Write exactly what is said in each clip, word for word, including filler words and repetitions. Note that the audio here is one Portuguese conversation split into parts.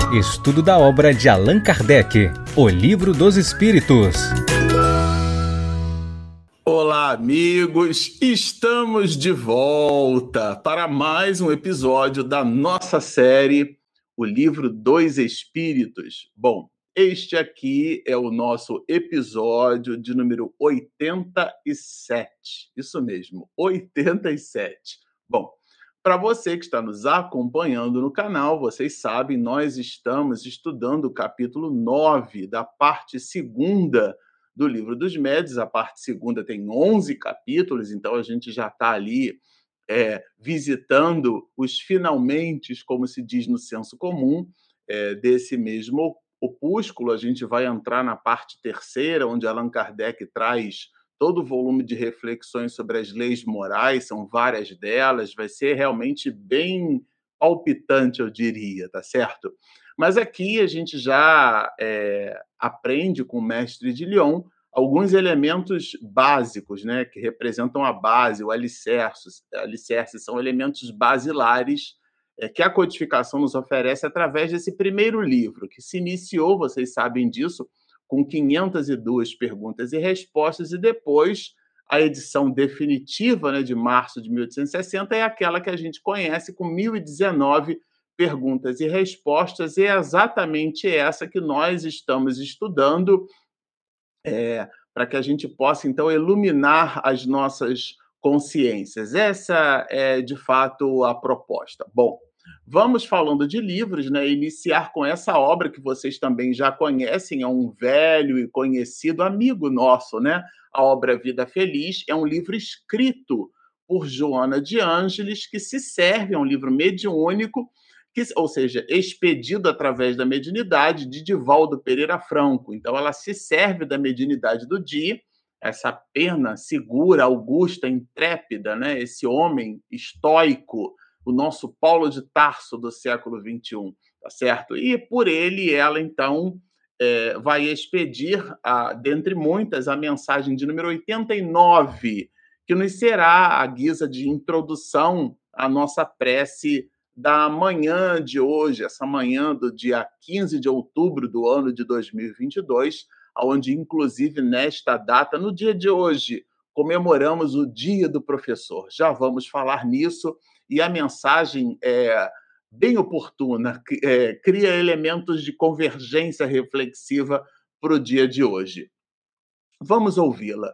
Estudo da obra de Allan Kardec, O Livro dos Espíritos. Olá, amigos! Estamos de volta para mais um episódio da nossa série O Livro dos Espíritos. Bom, este aqui é o nosso episódio de número oitenta e sete. Isso mesmo, oitenta e sete. Bom, para você que está nos acompanhando no canal, vocês sabem, nós estamos estudando o capítulo nove da parte segunda do Livro dos Médiuns. A parte segunda tem onze capítulos, então a gente já está ali é, visitando os finalmentes, como se diz no senso comum, é, desse mesmo opúsculo. A gente vai entrar na parte terceira, onde Allan Kardec traz todo o volume de reflexões sobre as leis morais, são várias delas, vai ser realmente bem palpitante, eu diria, tá certo? Mas aqui a gente já é, aprende com o mestre de Lyon alguns elementos básicos, né, que representam a base, o alicerce. Alicerce são elementos basilares é, que a codificação nos oferece através desse primeiro livro, que se iniciou, vocês sabem disso, com quinhentas e duas perguntas e respostas, e depois a edição definitiva, né, de março de mil oitocentos e sessenta é aquela que a gente conhece, com mil e dezenove perguntas e respostas, e é exatamente essa que nós estamos estudando é, para que a gente possa, então, iluminar as nossas consciências. Essa é, de fato, a proposta. Bom, vamos falando de livros, né? Iniciar com essa obra que vocês também já conhecem, é um velho e conhecido amigo nosso, né? A obra Vida Feliz é um livro escrito por Joana de Ângeles, que se serve, é um livro mediúnico, que, ou seja, expedido através da mediunidade de Divaldo Pereira Franco. Então, ela se serve da mediunidade do dia, essa pena segura, augusta, intrépida, né? Esse homem estoico, o nosso Paulo de Tarso do século vinte e um, tá certo? E por ele, ela, então, é, vai expedir, a, dentre muitas, a mensagem de número oitenta e nove, que nos será a guisa de introdução à nossa prece da manhã de hoje, essa manhã do dia quinze de outubro do ano de dois mil e vinte e dois, onde, inclusive, nesta data, no dia de hoje, comemoramos o Dia do Professor. Já vamos falar nisso, e a mensagem é bem oportuna, é, cria elementos de convergência reflexiva para o dia de hoje. Vamos ouvi-la.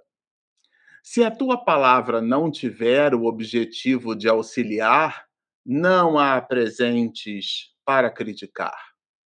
Se a tua palavra não tiver o objetivo de auxiliar, não a apresentes para criticar.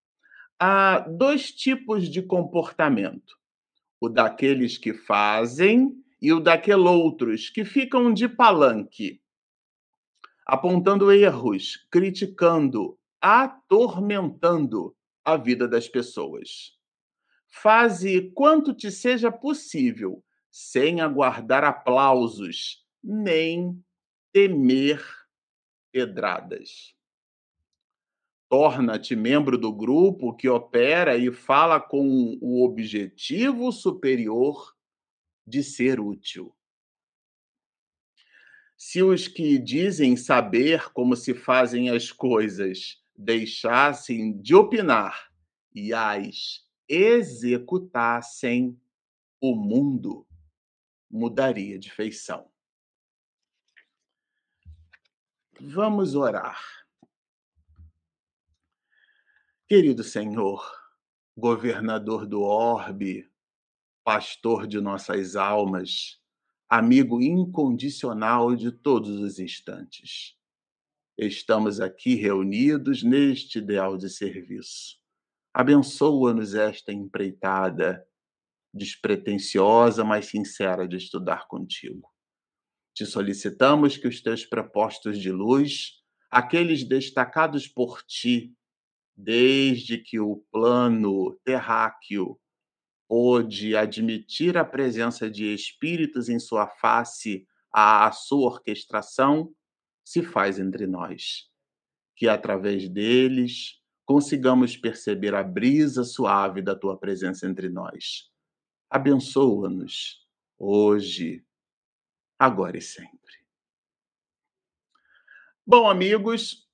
Há dois tipos de comportamento: o daqueles que fazem e o daqueles outros que ficam de palanque, apontando erros, criticando, atormentando a vida das pessoas. Faze quanto te seja possível, sem aguardar aplausos, nem temer pedradas. Torna-te membro do grupo que opera e fala com o objetivo superior de ser útil. Se os que dizem saber como se fazem as coisas deixassem de opinar e as executassem, o mundo mudaria de feição. Vamos orar. Querido Senhor, governador do orbe, pastor de nossas almas, amigo incondicional de todos os instantes, estamos aqui reunidos neste ideal de serviço. Abençoa-nos esta empreitada, despretensiosa, mas sincera de estudar contigo. Te solicitamos que os teus propostos de luz, aqueles destacados por ti, desde que o plano terráqueo pôde admitir a presença de espíritos em sua face, a sua orquestração se faz entre nós. Que através deles consigamos perceber a brisa suave da tua presença entre nós. Abençoa-nos hoje, agora e sempre. Bom, amigos,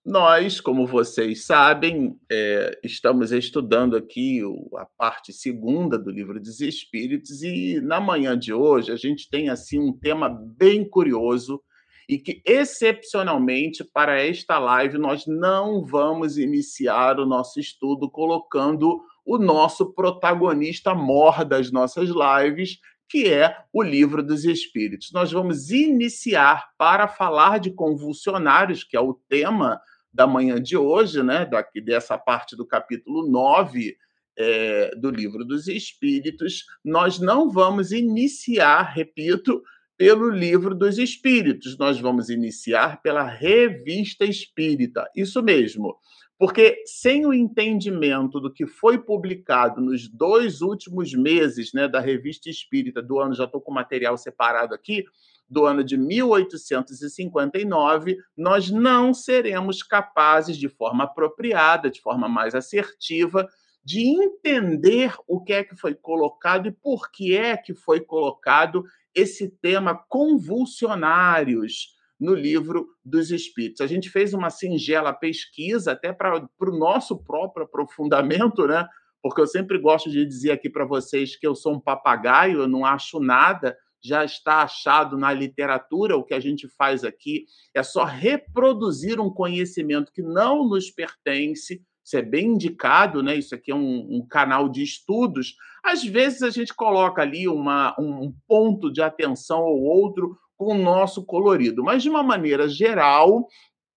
Nós, como vocês sabem, eh, estamos estudando aqui o a parte segunda do Livro dos Espíritos e na manhã de hoje a gente tem, assim, um tema bem curioso e que, excepcionalmente, para esta live nós não vamos iniciar o nosso estudo colocando o nosso protagonista mor das nossas lives, que é o Livro dos Espíritos. Nós vamos iniciar para falar de convulsionários, que é o tema da manhã de hoje, né, daqui dessa parte do capítulo nove é, do Livro dos Espíritos, nós não vamos iniciar, repito, pelo Livro dos Espíritos, nós vamos iniciar pela Revista Espírita, isso mesmo, porque sem o entendimento do que foi publicado nos dois últimos meses, né, da Revista Espírita do ano, já estou com o material separado aqui, do ano de mil oitocentos e cinquenta e nove, nós não seremos capazes, de forma apropriada, de forma mais assertiva, de entender o que é que foi colocado e por que é que foi colocado esse tema convulsionários no Livro dos Espíritos. A gente fez uma singela pesquisa até para o nosso próprio aprofundamento, né? Porque eu sempre gosto de dizer aqui para vocês que eu sou um papagaio, eu não acho nada, já está achado na literatura. O que a gente faz aqui é só reproduzir um conhecimento que não nos pertence. Isso é bem indicado, né? Isso aqui é um, um canal de estudos. Às vezes a gente coloca ali uma, um ponto de atenção ou outro com o nosso colorido, mas de uma maneira geral,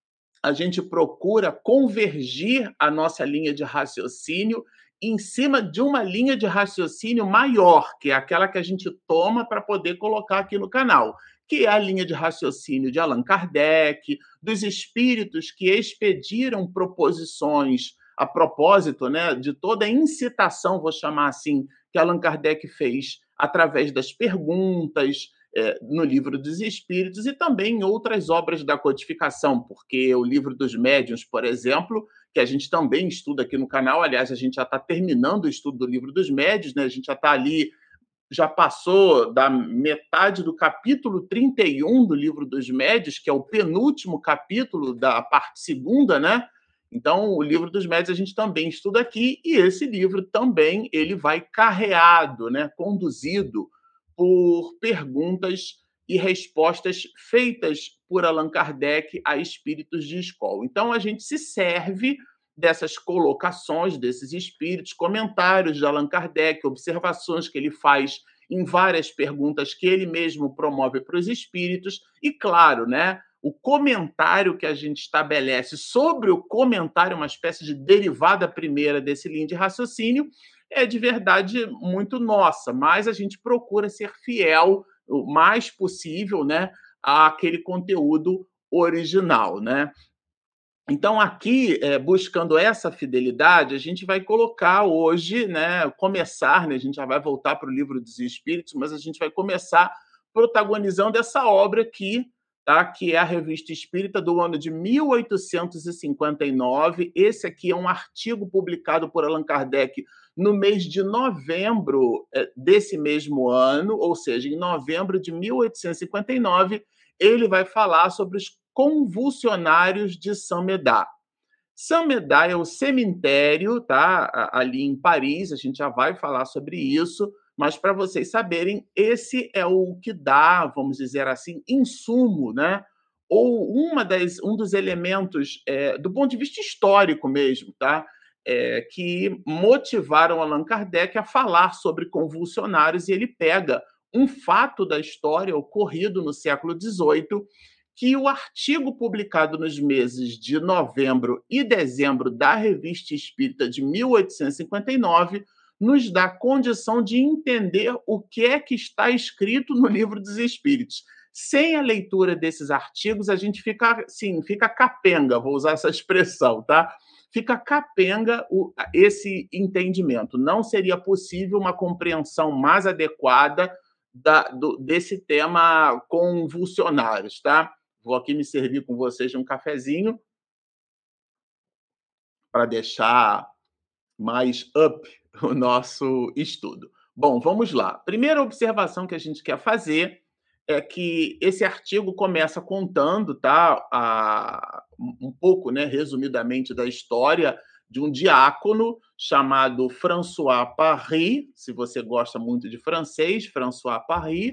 a gente procura convergir a nossa linha de raciocínio em cima de uma linha de raciocínio maior, que é aquela que a gente toma para poder colocar aqui no canal, que é a linha de raciocínio de Allan Kardec, dos espíritos que expediram proposições a propósito, né, de toda a incitação, vou chamar assim, que Allan Kardec fez através das perguntas, é, no Livro dos Espíritos e também em outras obras da codificação, porque o Livro dos Médiuns, por exemplo, que a gente também estuda aqui no canal, aliás, a gente já está terminando o estudo do Livro dos Médiuns, né? A gente já está ali, já passou da metade do capítulo trinta e um do Livro dos Médiuns, que é o penúltimo capítulo da parte segunda, né? Então, o Livro dos Médiuns a gente também estuda aqui, e esse livro também ele vai carreado, né? Conduzido por perguntas e respostas feitas por Allan Kardec a espíritos de escola. Então, a gente se serve dessas colocações desses espíritos, comentários de Allan Kardec, observações que ele faz em várias perguntas que ele mesmo promove para os espíritos, e, claro, né, o comentário que a gente estabelece sobre o comentário, uma espécie de derivada primeira desse linha de raciocínio, é de verdade muito nossa, mas a gente procura ser fiel o mais possível, né, àquele conteúdo original, né? Então, aqui, é, buscando essa fidelidade, a gente vai colocar hoje, né, começar, né, a gente já vai voltar para o Livro dos Espíritos, mas a gente vai começar protagonizando essa obra aqui, tá, que é a Revista Espírita do ano de mil oitocentos e cinquenta e nove. Esse aqui é um artigo publicado por Allan Kardec no mês de novembro é, desse mesmo ano, ou seja, em novembro de mil oitocentos e cinquenta e nove, ele vai falar sobre os convulsionários de Saint-Médard. Saint-Médard é o cemitério, tá? Ali em Paris, a gente já vai falar sobre isso, mas para vocês saberem, esse é o que dá, vamos dizer assim, insumo, né? Ou uma das, um dos elementos, é, do ponto de vista histórico mesmo, tá? É, que motivaram Allan Kardec a falar sobre convulsionários, e ele pega um fato da história ocorrido no século dezoito, que o artigo publicado nos meses de novembro e dezembro da Revista Espírita de mil oitocentos e cinquenta e nove nos dá condição de entender o que é que está escrito no Livro dos Espíritos. Sem a leitura desses artigos, a gente fica, sim, fica capenga, vou usar essa expressão, tá? Fica capenga o, esse entendimento. Não seria possível uma compreensão mais adequada da, do, desse tema convulsionários, tá? Vou aqui me servir com vocês de um cafezinho para deixar mais up o nosso estudo. Bom, vamos lá. Primeira observação que a gente quer fazer é que esse artigo começa contando, tá, a, um um pouco, né, resumidamente, da história de um diácono chamado François Parry. Se você gosta muito de francês, François Parry.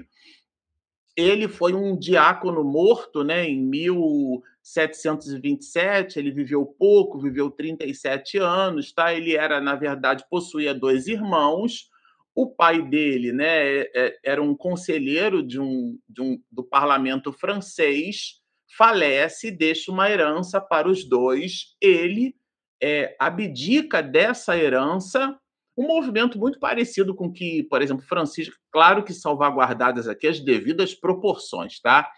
Ele foi um diácono morto, né, em mil setecentos e vinte e sete. Ele viveu pouco, viveu trinta e sete anos, tá? Ele era, na verdade, possuía dois irmãos. O pai dele, né, é- era um conselheiro de um, de um- do parlamento francês, falece e deixa uma herança para os dois. Ele é, abdica dessa herança, um movimento muito parecido com que, por exemplo, Francisco, claro que salvaguardadas aqui as devidas proporções, tá?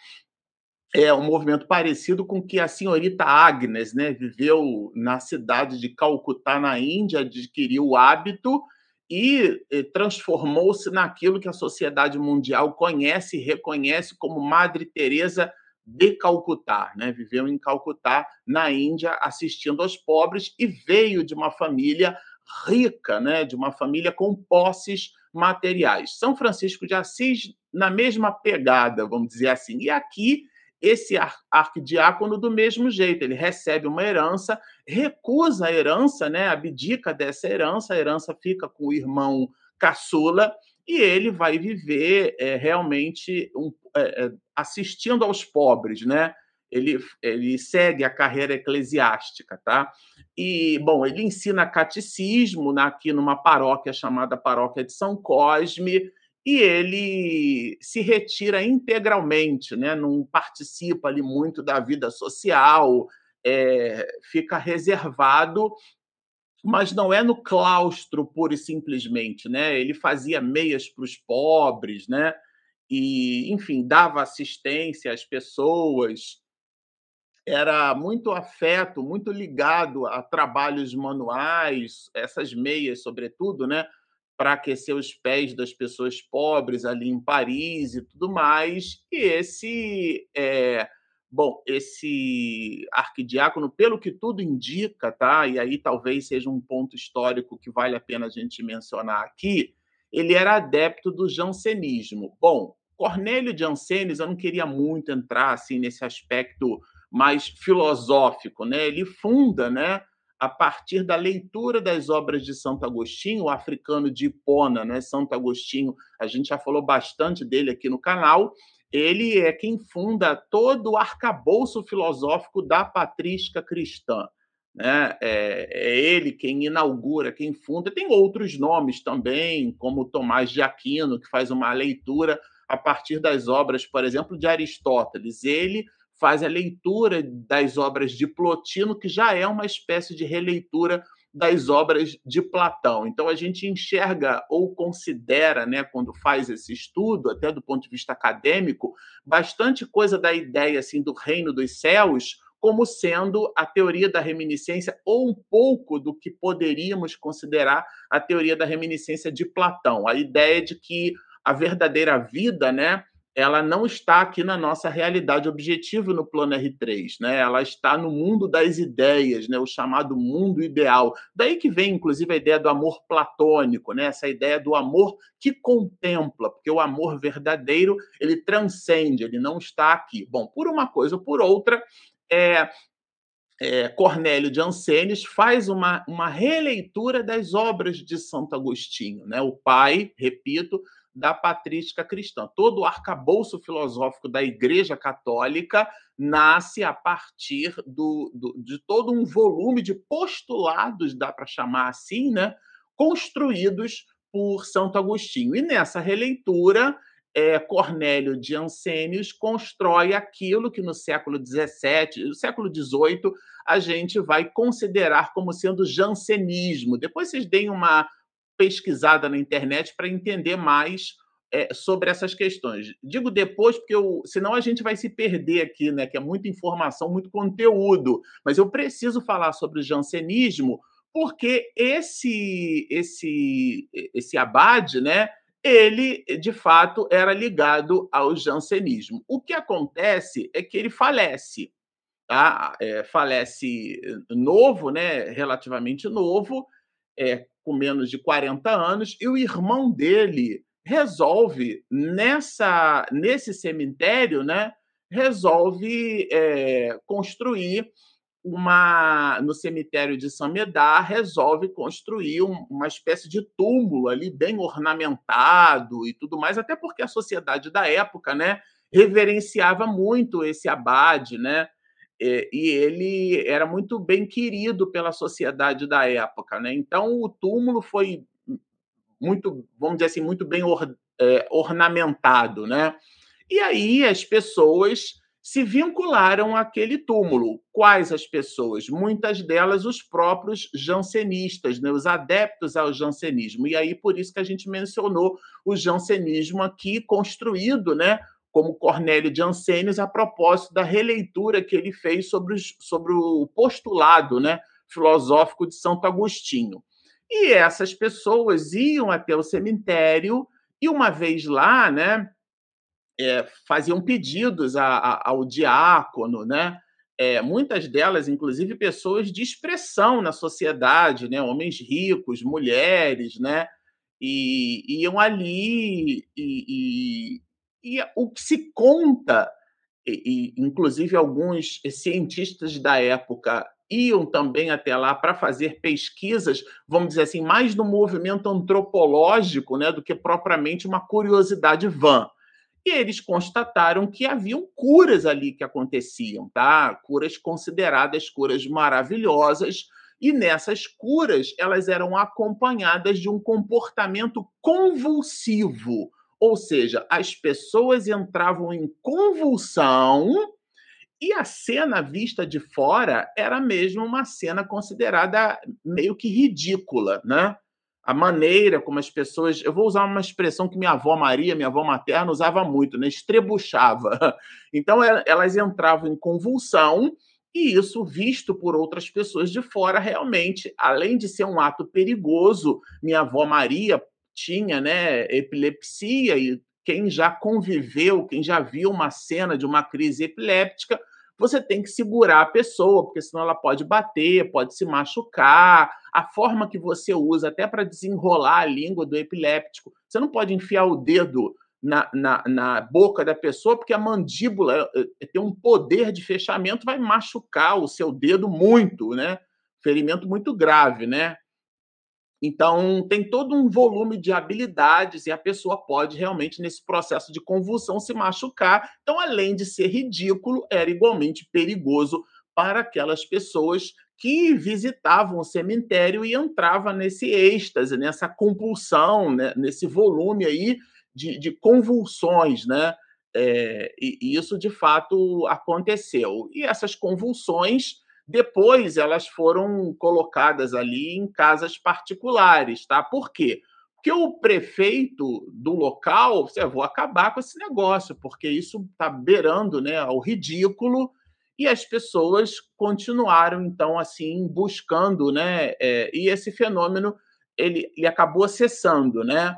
É um movimento parecido com que a senhorita Agnes, né, viveu na cidade de Calcutá, na Índia, adquiriu o hábito e eh, transformou-se naquilo que a sociedade mundial conhece e reconhece como Madre Teresa de Calcutá, né? Viveu em Calcutá, na Índia, assistindo aos pobres, e veio de uma família rica, né, de uma família com posses materiais. São Francisco de Assis, na mesma pegada, vamos dizer assim. E aqui esse ar arquidiácono, do mesmo jeito, ele recebe uma herança, recusa a herança, né, abdica dessa herança, a herança fica com o irmão caçula, e ele vai viver é, realmente um, é, é, assistindo aos pobres, né? Ele, ele segue a carreira eclesiástica, tá? E, bom, ele ensina catecismo aqui numa paróquia chamada Paróquia de São Cosme, e ele se retira integralmente, né? Não participa ali muito da vida social, é, fica reservado, mas não é no claustro pura e simplesmente, né? Ele fazia meias para os pobres, né? E, enfim, dava assistência às pessoas, era muito afeto, muito ligado a trabalhos manuais, essas meias, sobretudo, né, para aquecer os pés das pessoas pobres ali em Paris e tudo mais. E esse, é, bom, esse arquidiácono, pelo que tudo indica, tá? E aí talvez seja um ponto histórico que vale a pena a gente mencionar aqui. Ele era adepto do jansenismo. Bom, Cornélio de Jansenis, eu não queria muito entrar assim nesse aspecto mais filosófico, né? Ele funda, né, a partir da leitura das obras de Santo Agostinho, o africano de Hipona, né? Santo Agostinho, a gente já falou bastante dele aqui no canal. Ele é quem funda todo o arcabouço filosófico da patrística cristã, né? É, é ele quem inaugura, quem funda. Tem outros nomes também, como Tomás de Aquino, que faz uma leitura a partir das obras, por exemplo, de Aristóteles. Ele faz a leitura das obras de Plotino, que já é uma espécie de releitura das obras de Platão. Então, a gente enxerga ou considera, né, quando faz esse estudo, até do ponto de vista acadêmico, bastante coisa da ideia assim, do reino dos céus como sendo a teoria da reminiscência, ou um pouco do que poderíamos considerar a teoria da reminiscência de Platão. A ideia de que a verdadeira vida, né, ela não está aqui na nossa realidade objetiva no plano R três, né? Ela está no mundo das ideias, né? O chamado mundo ideal. Daí que vem, inclusive, a ideia do amor platônico, né? Essa ideia do amor que contempla, porque o amor verdadeiro, ele transcende, ele não está aqui. Bom, por uma coisa ou por outra, é, é, Cornélio de Ancenis faz uma, uma releitura das obras de Santo Agostinho, né? O pai, repito, da patrística cristã. Todo o arcabouço filosófico da Igreja Católica nasce a partir do, do, de todo um volume de postulados, dá para chamar assim, né? Construídos por Santo Agostinho. E nessa releitura, é, Cornélio de Ancenis constrói aquilo que no século dezessete, no século dezoito, a gente vai considerar como sendo jansenismo. Depois vocês deem uma pesquisada na internet para entender mais é, sobre essas questões. Digo depois, porque eu, senão a gente vai se perder aqui, né? Que é muita informação, muito conteúdo. Mas eu preciso falar sobre o jansenismo, porque esse, esse, esse abade, né? Ele, de fato, era ligado ao jansenismo. O que acontece é que ele falece, tá? É, falece novo, né? Relativamente novo, é, com menos de quarenta anos, e o irmão dele resolve, nessa, nesse cemitério, né, resolve é, construir uma, no cemitério de Samedar, resolve construir um, uma espécie de túmulo ali, bem ornamentado e tudo mais, até porque a sociedade da época, né, reverenciava muito esse abade, né, e, e ele era muito bem querido pela sociedade da época, né, então o túmulo foi muito, vamos dizer assim, muito bem or, é, ornamentado, né, e aí as pessoas se vincularam àquele túmulo. Quais as pessoas? Muitas delas os próprios jansenistas, né? Os adeptos ao jansenismo. E aí por isso que a gente mencionou o jansenismo aqui construído, né, como Cornélio de Ansênios, a propósito da releitura que ele fez sobre, os, sobre o postulado, né, filosófico de Santo Agostinho. E essas pessoas iam até o cemitério e uma vez lá, né, é, faziam pedidos a, a, ao diácono, né? É, muitas delas, inclusive, pessoas de expressão na sociedade, né? Homens ricos, mulheres, né? E iam ali e, e, e o que se conta, e, e, inclusive alguns cientistas da época iam também até lá para fazer pesquisas, vamos dizer assim, mais no movimento antropológico, né, do que propriamente uma curiosidade vã. E eles constataram que haviam curas ali que aconteciam, tá? Curas consideradas curas maravilhosas, e nessas curas elas eram acompanhadas de um comportamento convulsivo, ou seja, as pessoas entravam em convulsão e a cena vista de fora era mesmo uma cena considerada meio que ridícula, né? A maneira como as pessoas. Eu vou usar uma expressão que minha avó Maria, minha avó materna, usava muito, né? Estrebuchava. Então, elas entravam em convulsão, e isso, visto por outras pessoas de fora, realmente, além de ser um ato perigoso, minha avó Maria tinha, né, epilepsia, e quem já conviveu, quem já viu uma cena de uma crise epiléptica, você tem que segurar a pessoa, porque senão ela pode bater, pode se machucar. A forma que você usa até para desenrolar a língua do epiléptico, você não pode enfiar o dedo na, na, na boca da pessoa, porque a mandíbula tem um poder de fechamento, vai machucar o seu dedo muito, né? Ferimento muito grave, né? Então, tem todo um volume de habilidades e a pessoa pode realmente, nesse processo de convulsão, se machucar. Então, além de ser ridículo, era igualmente perigoso para aquelas pessoas que visitavam o cemitério e entravam nesse êxtase, nessa compulsão, né? Nesse volume aí de, de convulsões, né? É, e, e isso, de fato, aconteceu. E essas convulsões depois elas foram colocadas ali em casas particulares, tá? Por quê? Porque o prefeito do local, você, vou acabar com esse negócio, porque isso está beirando, né, ao ridículo, e as pessoas continuaram, então, assim, buscando, né, é, e esse fenômeno, ele, ele acabou cessando, né?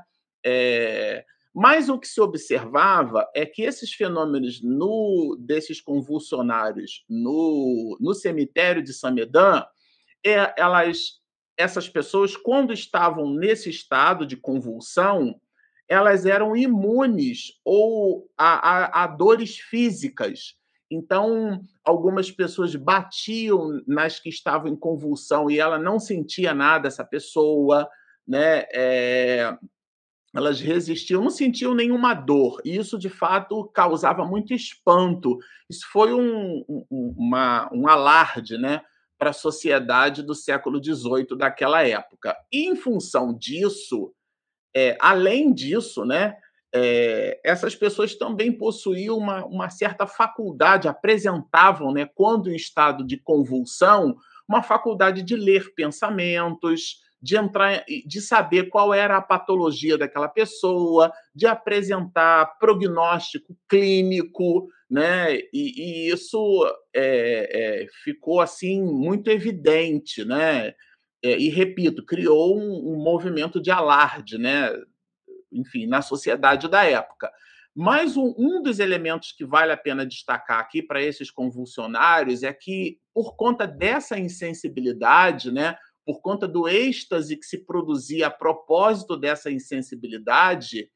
É, mas o que se observava é que esses fenômenos no, desses convulsionários no, no cemitério de Samedã, é, elas, essas pessoas, quando estavam nesse estado de convulsão, elas eram imunes ou a, a, a dores físicas. Então, algumas pessoas batiam nas que estavam em convulsão e ela não sentia nada, essa pessoa, né? É, elas resistiam, não sentiam nenhuma dor, e isso, de fato, causava muito espanto. Isso foi um, um, uma, um alarde, né, para a sociedade do século dezoito daquela época. E, em função disso, é, além disso, né, é, essas pessoas também possuíam uma, uma certa faculdade, apresentavam, né, quando em estado de convulsão, uma faculdade de ler pensamentos, de entrar, de saber qual era a patologia daquela pessoa, de apresentar prognóstico clínico, né? E, e isso é, é, ficou assim muito evidente, né? É, e repito, criou um, um movimento de alarde, né? Enfim, na sociedade da época. Mas um, um dos elementos que vale a pena destacar aqui para esses convulsionários é que, por conta dessa insensibilidade, né, por conta do êxtase que se produzia a propósito dessa insensibilidade,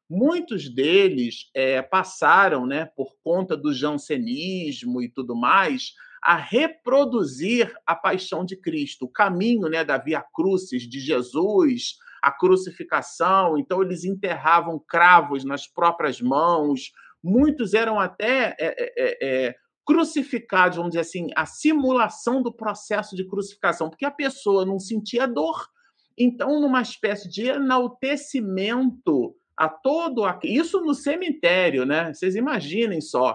muitos deles é, passaram, né, por conta do jansenismo e tudo mais, a reproduzir a paixão de Cristo, o caminho, né, da Via Crucis de Jesus, a crucificação. Então, eles enterravam cravos nas próprias mãos, muitos eram até é, é, é, crucificados, vamos dizer assim, a simulação do processo de crucificação, porque a pessoa não sentia dor. Então, numa espécie de enaltecimento a todo aquilo, isso no cemitério, né? Vocês imaginem só.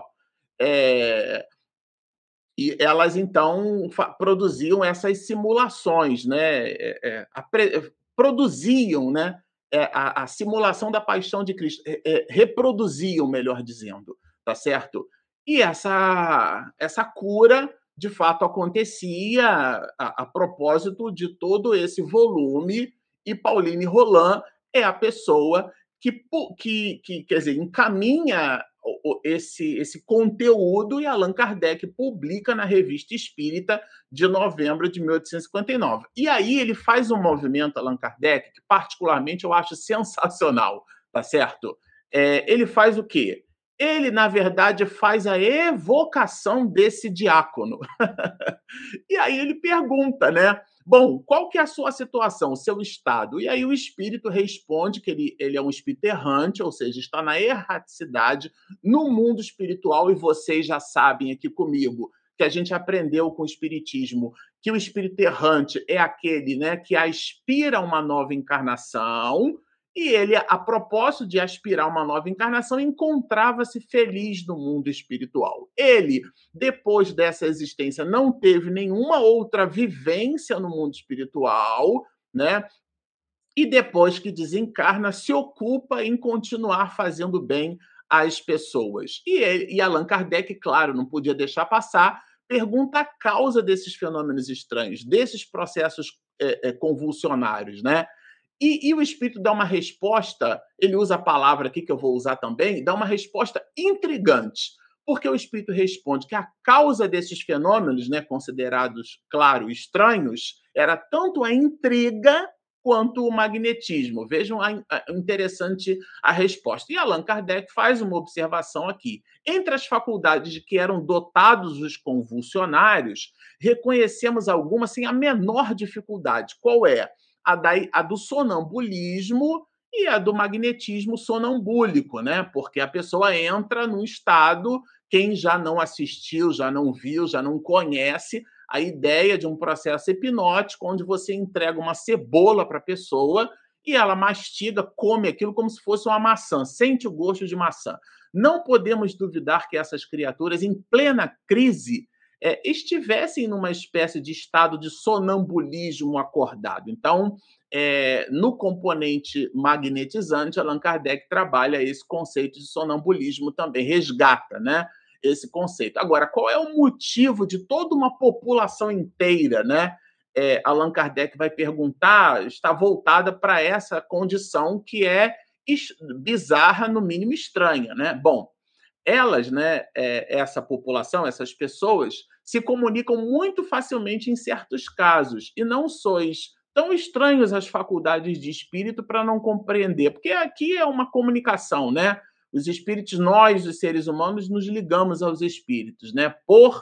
É, e elas, então, produziam essas simulações, né? É, é, a, produziam, né? É, a, a, simulação da paixão de Cristo, é, é, reproduziam, melhor dizendo, tá certo? E essa, essa cura, de fato, acontecia a, a propósito de todo esse volume, e Pauline Roland é a pessoa que, que, que quer dizer, encaminha esse, esse conteúdo, e Allan Kardec publica na Revista Espírita de novembro de mil oitocentos e cinquenta e nove. E aí ele faz um movimento, Allan Kardec, que particularmente eu acho sensacional, tá certo? É, ele faz o quê? Ele, na verdade, faz a evocação desse diácono. E aí ele pergunta, né? Bom, qual que é a sua situação, o seu estado? E aí o espírito responde que ele, ele é um espírito errante, ou seja, está na erraticidade no mundo espiritual, e vocês já sabem aqui comigo que a gente aprendeu com o espiritismo que o espírito errante é aquele, né, que aspira a uma nova encarnação, e ele, a propósito de aspirar a uma nova encarnação, encontrava-se feliz no mundo espiritual. Ele, depois dessa existência, não teve nenhuma outra vivência no mundo espiritual, né? E depois que desencarna, se ocupa em continuar fazendo bem às pessoas. E, ele, e Allan Kardec, claro, não podia deixar passar, pergunta a causa desses fenômenos estranhos, desses processos é, é, convulsionários, né? E, e o espírito dá uma resposta, ele usa a palavra aqui que eu vou usar também, dá uma resposta intrigante, porque o espírito responde que a causa desses fenômenos, né, considerados, claro, estranhos, era tanto a intriga quanto o magnetismo. Vejam a, a, interessante a resposta. E Allan Kardec faz uma observação aqui. Entre as faculdades de que eram dotados os convulsionários, reconhecemos alguma sem a menor dificuldade. Qual é? A, da, a do sonambulismo e a do magnetismo sonambúlico, né? Porque a pessoa entra num estado, quem já não assistiu, já não viu, já não conhece a ideia de um processo hipnótico onde você entrega uma cebola para a pessoa e ela mastiga, come aquilo como se fosse uma maçã, sente o gosto de maçã. Não podemos duvidar que essas criaturas, em plena crise, É, estivessem numa espécie de estado de sonambulismo acordado. Então, é, no componente magnetizante, Allan Kardec trabalha esse conceito de sonambulismo também, resgata, né, esse conceito. Agora, qual é o motivo de toda uma população inteira, né? É, Allan Kardec vai perguntar, está voltada para essa condição que é bizarra, no mínimo estranha, né? Bom, elas, né, é, essa população, essas pessoas, se comunicam muito facilmente em certos casos, e não sois tão estranhos às faculdades de espírito para não compreender, porque aqui é uma comunicação, né? Os espíritos, nós, os seres humanos, nos ligamos aos espíritos, né? Por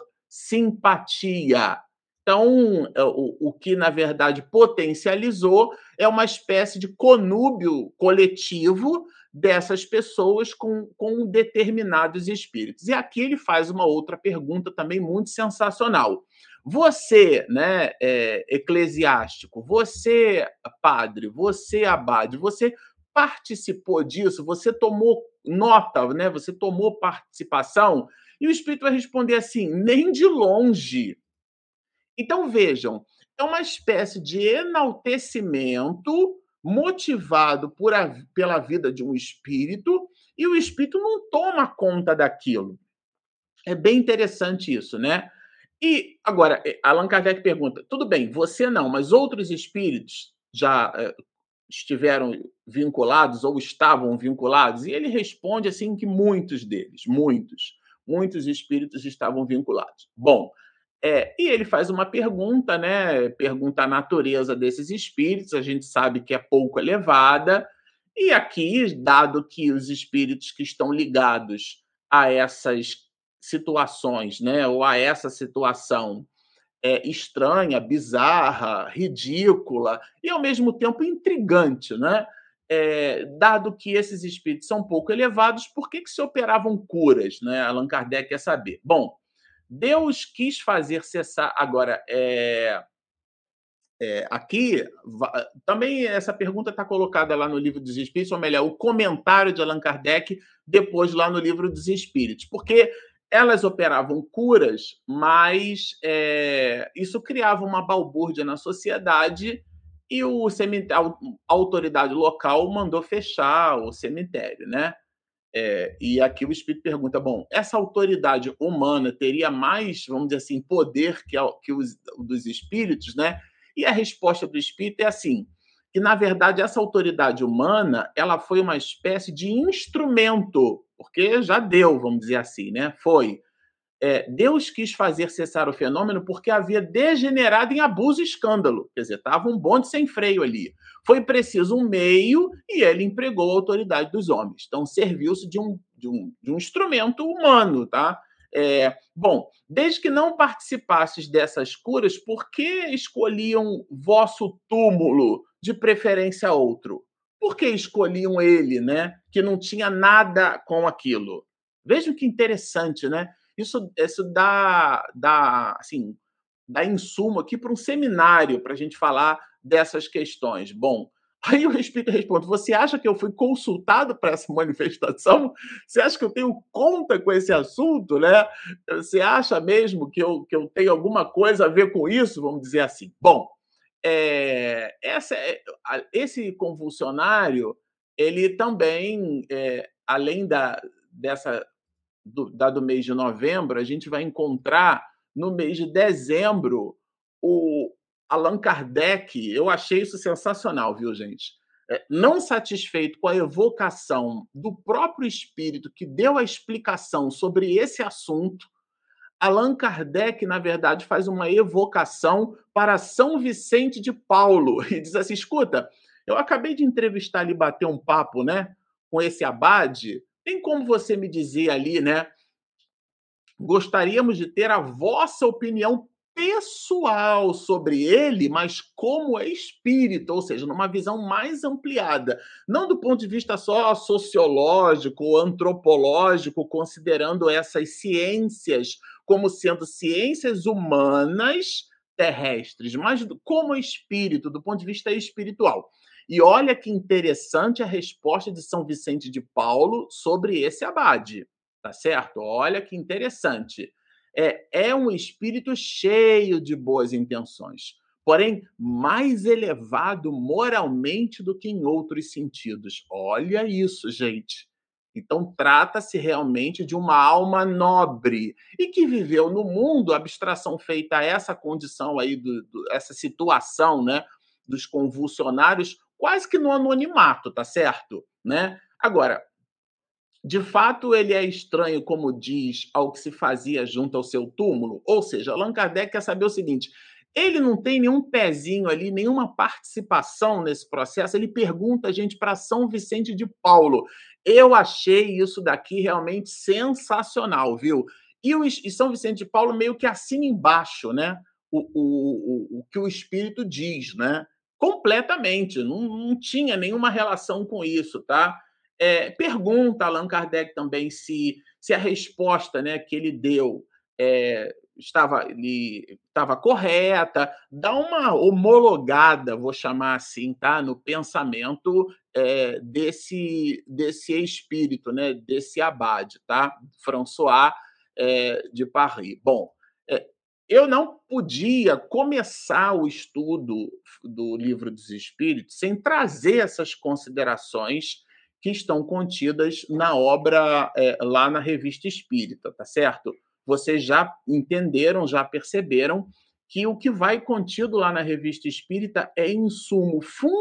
simpatia. Então, o, o que, na verdade, potencializou é uma espécie de conúbio coletivo dessas pessoas com, com determinados espíritos. E aqui ele faz uma outra pergunta também muito sensacional. Você, né, é, eclesiástico, você, padre, você, abade, você participou disso? Você tomou nota, né? Você tomou participação? E o espírito vai responder assim, nem de longe. Então, vejam, é uma espécie de enaltecimento motivado por a, pela vida de um espírito, e o espírito não toma conta daquilo. É bem interessante isso, né? E, agora, Allan Kardec pergunta, tudo bem, você não, mas outros espíritos já é, estiveram vinculados ou estavam vinculados? E ele responde assim que muitos deles, muitos, muitos espíritos estavam vinculados. Bom, É, e ele faz uma pergunta, né? Pergunta a natureza desses espíritos, a gente sabe que é pouco elevada, E aqui, dado que os espíritos que estão ligados a essas situações, né, ou a essa situação é, estranha, bizarra, ridícula e, ao mesmo tempo, intrigante, né? É, dado que esses espíritos são pouco elevados, por que, que se operavam curas? Né? Allan Kardec quer saber. Bom, Deus quis fazer cessar. Agora, é, é, aqui, va- também essa pergunta está colocada lá no Livro dos Espíritos, ou melhor, o comentário de Allan Kardec, depois lá no Livro dos Espíritos, porque elas operavam curas, mas é, isso criava uma balbúrdia na sociedade e o cemitério, a autoridade local mandou fechar o cemitério, né? É, e aqui o espírito pergunta: bom, essa autoridade humana teria mais, vamos dizer assim, poder que, a, que os dos espíritos, né? E a resposta do espírito é assim: que na verdade essa autoridade humana ela foi uma espécie de instrumento, porque já deu, vamos dizer assim, né? Foi é, Deus quis fazer cessar o fenômeno porque havia degenerado em abuso e escândalo. Quer dizer, estava um bonde sem freio ali. Foi preciso um meio e ele empregou a autoridade dos homens. Então, serviu-se de um, de, um, de um instrumento humano, tá? É, bom, desde que não participasses dessas curas, por que escolhiam vosso túmulo, de preferência outro? Por que escolhiam ele, né? Que não tinha nada com aquilo. Vejam que interessante, né? Isso, isso dá, dá, assim, dá insumo aqui para um seminário para a gente falar dessas questões. Bom, aí o Espírito responde: você acha que eu fui consultado para essa manifestação? Você acha que eu tenho conta com esse assunto, né? Você acha mesmo que eu, que eu tenho alguma coisa a ver com isso? Vamos dizer assim. Bom, é, essa, é- a- esse convulsionário, ele também, é, além da, dessa do, da do mês de novembro, a gente vai encontrar no mês de dezembro o Allan Kardec. Eu achei isso sensacional, viu, gente? É, não satisfeito com a evocação do próprio espírito que deu a explicação sobre esse assunto, Allan Kardec, na verdade, faz uma evocação para São Vicente de Paulo e diz assim: escuta, eu acabei de entrevistar ali, bater um papo, né, com esse abade. Tem como você me dizer ali, né, gostaríamos de ter a vossa opinião pessoal sobre ele, mas como espírito, ou seja, numa visão mais ampliada, não do ponto de vista só sociológico ou antropológico, considerando essas ciências como sendo ciências humanas terrestres, mas como espírito, do ponto de vista espiritual. E olha que interessante a resposta de São Vicente de Paulo sobre esse abade. Tá certo? Olha que interessante. É, é um espírito cheio de boas intenções, porém mais elevado moralmente do que em outros sentidos. Olha isso, gente. Então, trata-se realmente de uma alma nobre e que viveu no mundo, abstração feita a essa condição aí, do, do- essa situação, né, dos convulsionários, quase que no anonimato, tá certo? Né? Agora, de fato, ele é estranho, como diz, ao que se fazia junto ao seu túmulo? Ou seja, Allan Kardec quer saber o seguinte: ele não tem nenhum pezinho ali, nenhuma participação nesse processo. Ele pergunta a gente para São Vicente de Paulo. Eu achei isso daqui realmente sensacional, viu? E, o, e São Vicente de Paulo meio que assina embaixo, né? O, o, o, o que o Espírito diz, né? Completamente, não, não tinha nenhuma relação com isso, tá? É, pergunta Allan Kardec também se, se a resposta, né, que ele deu é, estava, ele, estava correta, dá uma homologada, vou chamar assim, tá, no pensamento é, desse, desse espírito, né, desse abade, tá, François é, de Paris. Bom, é, eu não podia começar o estudo do Livro dos Espíritos sem trazer essas considerações que estão contidas na obra, é, lá na Revista Espírita, tá certo? Vocês já entenderam, já perceberam que o que vai contido lá na Revista Espírita é insumo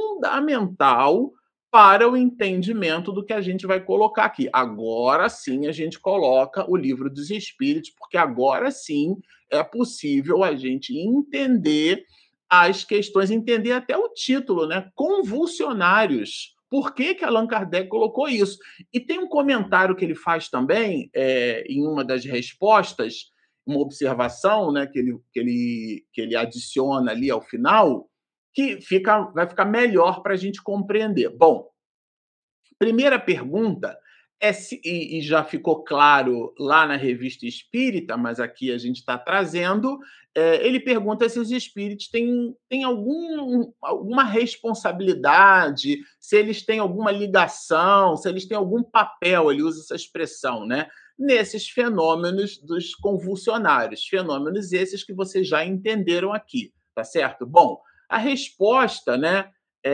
fundamental para o entendimento do que a gente vai colocar aqui. Agora sim a gente coloca o Livro dos Espíritos, porque agora sim é possível a gente entender as questões, entender até o título, né? Convulsionários. por que que Allan Kardec colocou isso. E tem um comentário que ele faz também, é, em uma das respostas, uma observação, né, que ele, que ele, que ele adiciona ali ao final, que fica, vai ficar melhor para a gente compreender. Bom, primeira pergunta é se, e, e já ficou claro lá na Revista Espírita, mas aqui a gente está trazendo, é, ele pergunta se os espíritos têm, têm algum, alguma responsabilidade, se eles têm alguma ligação, se eles têm algum papel, ele usa essa expressão, né? Nesses fenômenos dos convulsionários, fenômenos esses que vocês já entenderam aqui, tá certo? Bom, a resposta, né,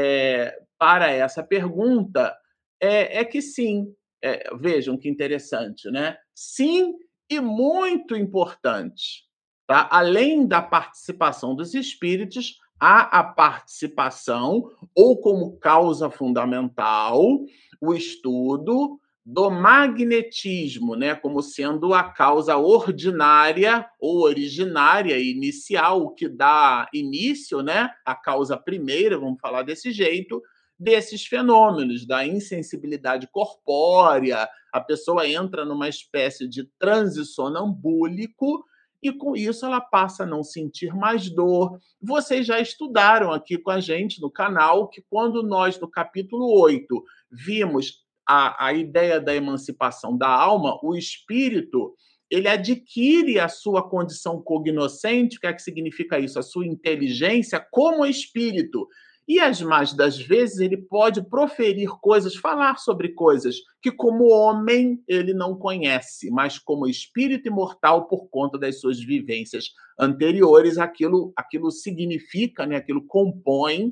é, para essa pergunta é, é que sim. É, vejam que interessante, né? Sim, e muito importante. Tá? Além da participação dos espíritos, há a participação, ou como causa fundamental, o estudo do magnetismo, né, como sendo a causa ordinária ou originária, inicial, o que dá início, né, a causa primeira, vamos falar desse jeito, desses fenômenos, da insensibilidade corpórea, a pessoa entra numa espécie de transe sonambúlico e com isso ela passa a não sentir mais dor. Vocês já estudaram aqui com a gente no canal que quando nós, no capítulo oito, vimos a, a ideia da emancipação da alma, o espírito ele adquire a sua condição cognoscente, o que é que significa isso? A sua inteligência como espírito. E as mais das vezes ele pode proferir coisas, falar sobre coisas que como homem ele não conhece, mas como espírito imortal por conta das suas vivências anteriores, aquilo, aquilo significa, né, aquilo compõe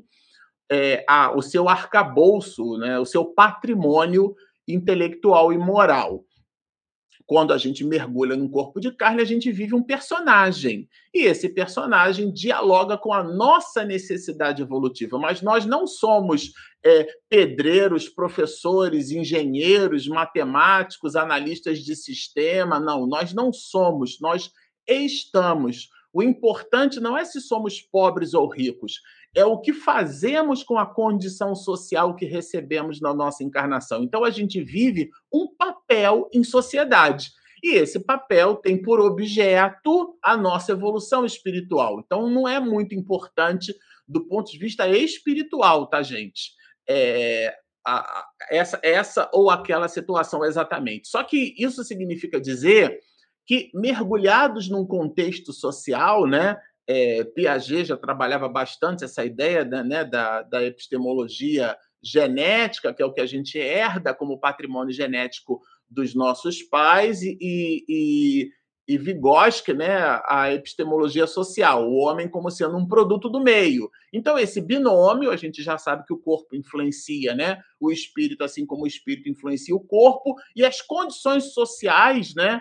é, a, o seu arcabouço, né, o seu patrimônio intelectual e moral. Quando a gente mergulha num corpo de carne, a gente vive um personagem. E esse personagem dialoga com a nossa necessidade evolutiva. Mas nós não somos é, pedreiros, professores, engenheiros, matemáticos, analistas de sistema. Não, nós não somos. Nós estamos. O importante não é se somos pobres ou ricos, é o que fazemos com a condição social que recebemos na nossa encarnação. Então, a gente vive um papel em sociedade. E esse papel tem por objeto a nossa evolução espiritual. Então, não é muito importante do ponto de vista espiritual, tá, gente? É, a, a, essa, essa ou aquela situação exatamente. Só que isso significa dizer que, mergulhados num contexto social, né, é, Piaget já trabalhava bastante essa ideia da, né, da, da epistemologia genética, que é o que a gente herda como patrimônio genético dos nossos pais, e, e, e Vygotsky, né, a epistemologia social, o homem como sendo um produto do meio. Então, esse binômio, a gente já sabe que o corpo influencia, né, o espírito, assim como o espírito influencia o corpo, e as condições sociais, né,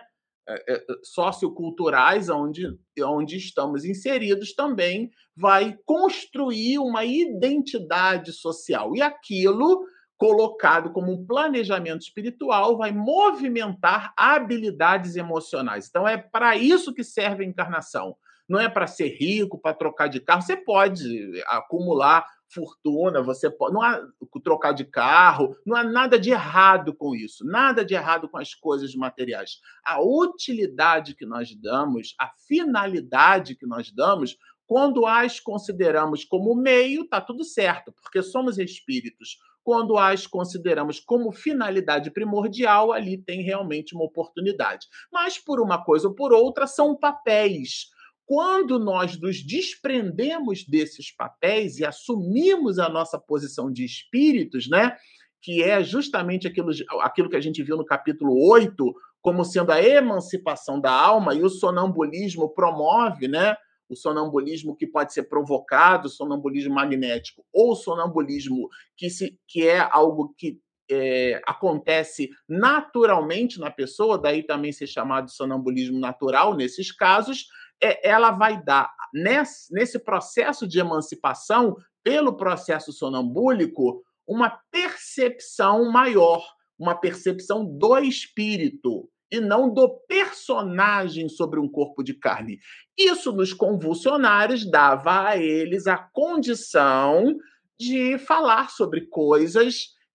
socioculturais onde, onde estamos inseridos também vai construir uma identidade social. E aquilo, colocado como um planejamento espiritual, vai movimentar habilidades emocionais. Então, é para isso que serve a encarnação. Não é para ser rico, para trocar de carro. Você pode acumular fortuna, você pode não há trocar de carro, não há nada de errado com isso, nada de errado com as coisas materiais. A utilidade que nós damos, a finalidade que nós damos, quando as consideramos como meio, está tudo certo, porque somos espíritos. Quando as consideramos como finalidade primordial, ali tem realmente uma oportunidade. Mas, por uma coisa ou por outra, são papéis. Quando nós nos desprendemos desses papéis e assumimos a nossa posição de espíritos, né, que é justamente aquilo, aquilo que a gente viu no capítulo oito, como sendo a emancipação da alma, e o sonambulismo promove, né, o sonambulismo que pode ser provocado, o sonambulismo magnético, ou o sonambulismo que, se, que é algo que é, acontece naturalmente na pessoa, daí também ser chamado de sonambulismo natural nesses casos, é, ela vai dar, nesse, nesse processo de emancipação, pelo processo sonambúlico, uma percepção maior, uma percepção do espírito, e não do personagem sobre um corpo de carne. Isso nos convulsionários dava a eles a condição de falar sobre coisas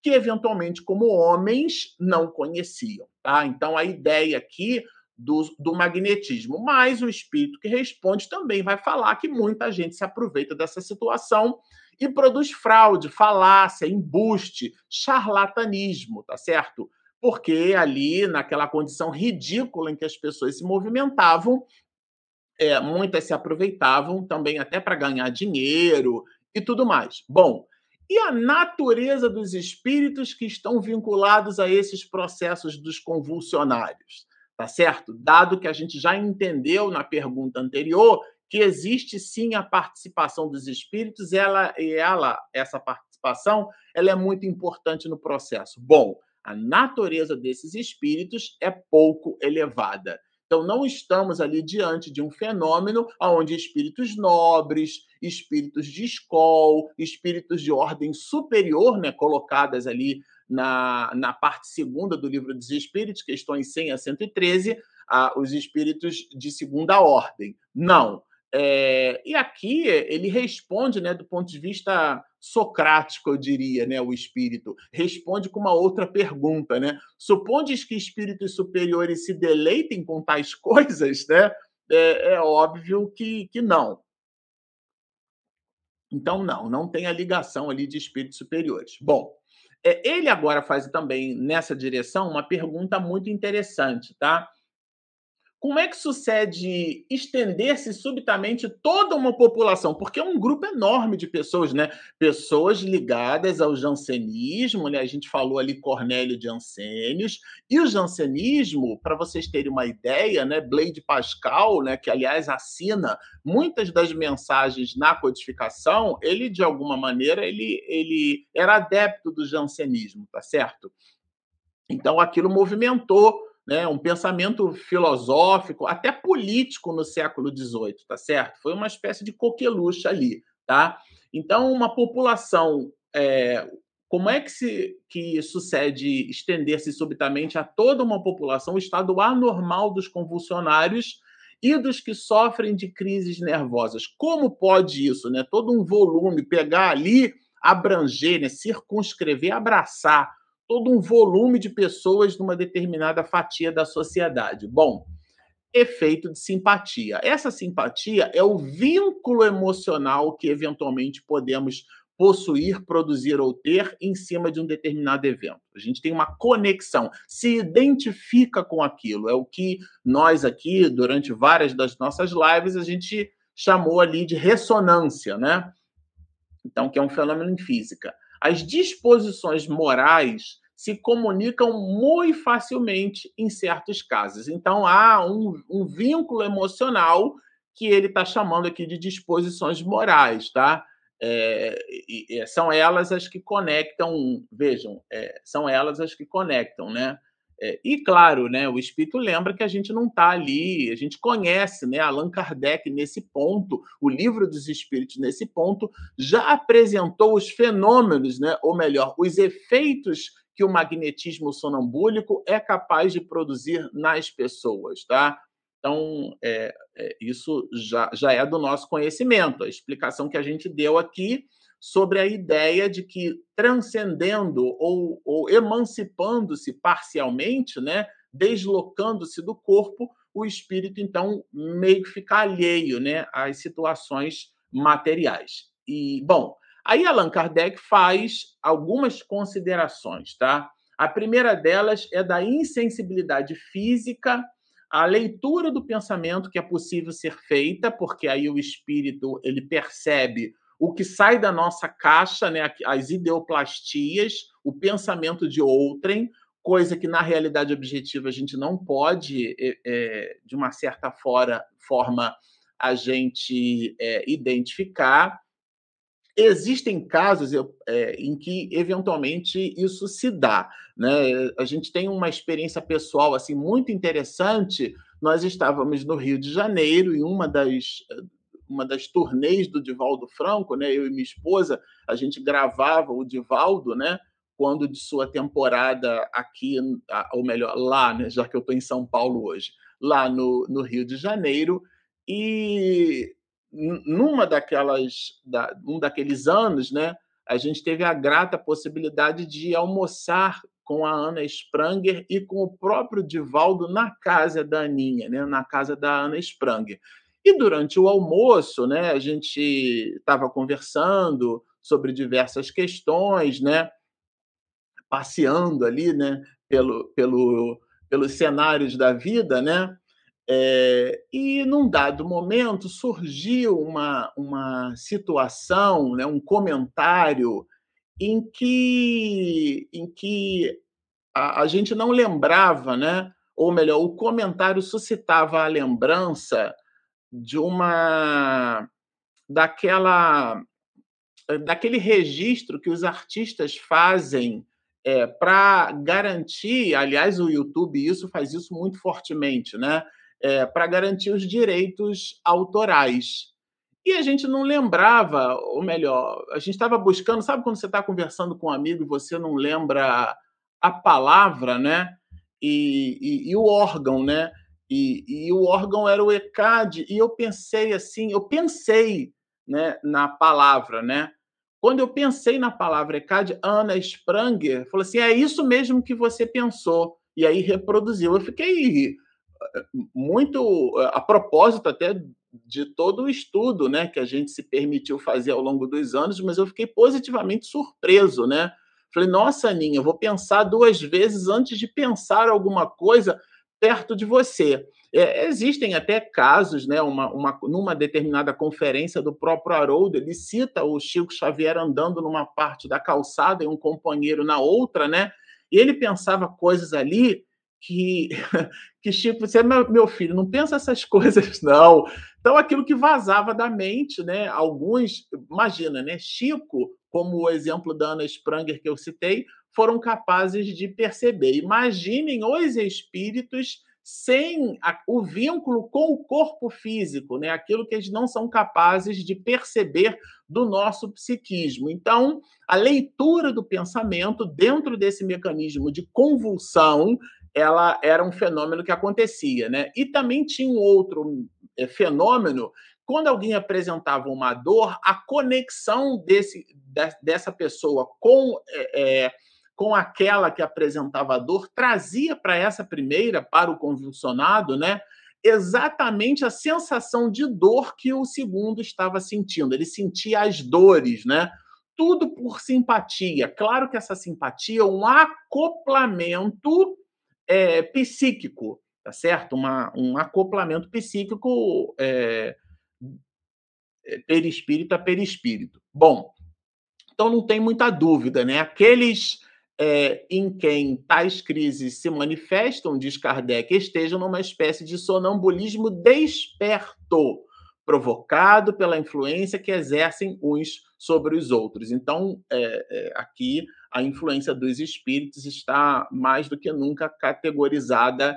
que, eventualmente, como homens, não conheciam. Tá? Então, a ideia aqui do, do magnetismo, mas o espírito que responde também vai falar que muita gente se aproveita dessa situação e produz fraude, falácia, embuste, charlatanismo, tá certo? Porque ali, naquela condição ridícula em que as pessoas se movimentavam, é, muitas se aproveitavam também até para ganhar dinheiro e tudo mais. Bom, e a natureza dos espíritos que estão vinculados a esses processos dos convulsionários? Tá certo? Dado que a gente já entendeu na pergunta anterior que existe sim a participação dos espíritos, ela, e ela, essa participação, ela é muito importante no processo. Bom, a natureza desses espíritos é pouco elevada. Então, não estamos ali diante de um fenômeno onde espíritos nobres, espíritos de escol, espíritos de ordem superior, né, colocadas ali na, na parte segunda do Livro dos Espíritos, questões cem a cento e treze, ah, os espíritos de segunda ordem. Não. É, e aqui ele responde, né, do ponto de vista socrático, eu diria, né, o espírito, responde com uma outra pergunta, né? Supondes que espíritos superiores se deleitem com tais coisas, né? É, é óbvio que, que não. Então, não, não tem a ligação ali de espíritos superiores. Bom, é, ele agora faz também nessa direção uma pergunta muito interessante, tá? Como é que sucede estender-se subitamente toda uma população? Porque é um grupo enorme de pessoas, né? Pessoas ligadas ao jansenismo, né? A gente falou ali Cornélio de Ansênios, e o jansenismo, para vocês terem uma ideia, né? Blaise Pascal, né? Que aliás assina muitas das mensagens na codificação, ele de alguma maneira ele, ele era adepto do jansenismo, tá certo? Então aquilo movimentou, né, um pensamento filosófico, até político no século dezoito, tá certo? Foi uma espécie de coqueluche ali, tá? Então, uma população, é, como é que se que sucede estender-se subitamente a toda uma população, o estado anormal dos convulsionários e dos que sofrem de crises nervosas? Como pode isso, né? Todo um volume, pegar ali, abranger, né, circunscrever, abraçar todo um volume de pessoas numa determinada fatia da sociedade. Bom, efeito de simpatia. Essa simpatia é o vínculo emocional que eventualmente podemos possuir, produzir ou ter em cima de um determinado evento. A gente tem uma conexão, se identifica com aquilo. É o que nós aqui, durante várias das nossas lives, a gente chamou ali de ressonância, né? Então, que é um fenômeno em física. As disposições morais se comunicam muito facilmente em certos casos. Então, há um, um vínculo emocional que ele está chamando aqui de disposições morais, tá? É, e, e são elas as que conectam, vejam, é, são elas as que conectam, né? É, e claro, né, o espírito lembra que a gente não está ali, a gente conhece, né, Allan Kardec nesse ponto, o livro dos espíritos nesse ponto, já apresentou os fenômenos, né, ou melhor, os efeitos que o magnetismo sonambúlico é capaz de produzir nas pessoas, tá? Então, é, é, isso já, já é do nosso conhecimento. A explicação que a gente deu aqui sobre a ideia de que transcendendo ou, ou emancipando-se parcialmente, né, deslocando-se do corpo, o espírito, então, meio que fica alheio, né, às situações materiais. E, bom, aí Allan Kardec faz algumas considerações, tá? A primeira delas é da insensibilidade física, a leitura do pensamento que é possível ser feita, porque aí o espírito ele percebe o que sai da nossa caixa, né, as ideoplastias, o pensamento de outrem, coisa que na realidade objetiva a gente não pode, é, é, de uma certa fora, forma, a gente é, identificar. Existem casos é, em que, eventualmente, isso se dá. Né? A gente tem uma experiência pessoal assim muito interessante. Nós estávamos no Rio de Janeiro e uma das, uma das turnês do Divaldo Franco, né? Eu e minha esposa, a gente gravava o Divaldo, né? Quando de sua temporada aqui, ou melhor, lá, né? Já que eu estou em São Paulo hoje, lá no, no Rio de Janeiro, e numa daquelas, da, um daqueles anos, né, a gente teve a grata possibilidade de almoçar com a Ana Spranger e com o próprio Divaldo na casa da Aninha, né, na casa da Ana Spranger. E durante o almoço, né, a gente estava conversando sobre diversas questões, né, passeando ali, né, pelo, pelo, pelos cenários da vida, né? É, e num dado momento surgiu uma, uma situação, né, um comentário em que, em que a, a gente não lembrava, né? Ou melhor, o comentário suscitava a lembrança de uma daquela daquele registro que os artistas fazem é, para garantir, aliás, o YouTube isso faz isso muito fortemente, né? É, para garantir os direitos autorais. E a gente não lembrava, ou melhor, a gente estava buscando, sabe quando você está conversando com um amigo e você não lembra a palavra, né? E, e, e o órgão, né? E, e o órgão era o ECAD, e eu pensei assim, eu pensei, né, na palavra, né? Quando eu pensei na palavra ECAD, Ana Spranger falou assim: é isso mesmo que você pensou. E aí reproduziu. Eu fiquei muito a propósito até de todo o estudo, né, que a gente se permitiu fazer ao longo dos anos, mas eu fiquei positivamente surpreso, né? Falei, nossa, Aninha, eu vou pensar duas vezes antes de pensar alguma coisa perto de você. É, existem até casos, né, uma, uma, numa determinada conferência do próprio Haroldo, ele cita o Chico Xavier andando numa parte da calçada e um companheiro na outra, né? E ele pensava coisas ali que que Chico, você é meu, meu filho, não pensa essas coisas, não. Então, aquilo que vazava da mente, né? Alguns, imagina, né? Chico, como o exemplo da Ana Spranger que eu citei, foram capazes de perceber. Imaginem os espíritos sem a, o vínculo com o corpo físico, né? Aquilo que eles não são capazes de perceber do nosso psiquismo. Então, a leitura do pensamento dentro desse mecanismo de convulsão ela era um fenômeno que acontecia, né? E também tinha um outro é, fenômeno, quando alguém apresentava uma dor, a conexão desse, de, dessa pessoa com, é, é, com aquela que apresentava a dor trazia para essa primeira, para o convulsionado, né? Exatamente a sensação de dor que o segundo estava sentindo. Ele sentia as dores, né? Tudo por simpatia. Claro que essa simpatia é um acoplamento é, psíquico, tá certo? Uma, um acoplamento psíquico é, perispírito a perispírito. Bom, então não tem muita dúvida, né? Aqueles é, em quem tais crises se manifestam, diz Kardec, estejam numa espécie de sonambulismo desperto, provocado pela influência que exercem uns sobre os outros. Então, é, é, aqui a influência dos espíritos está mais do que nunca categorizada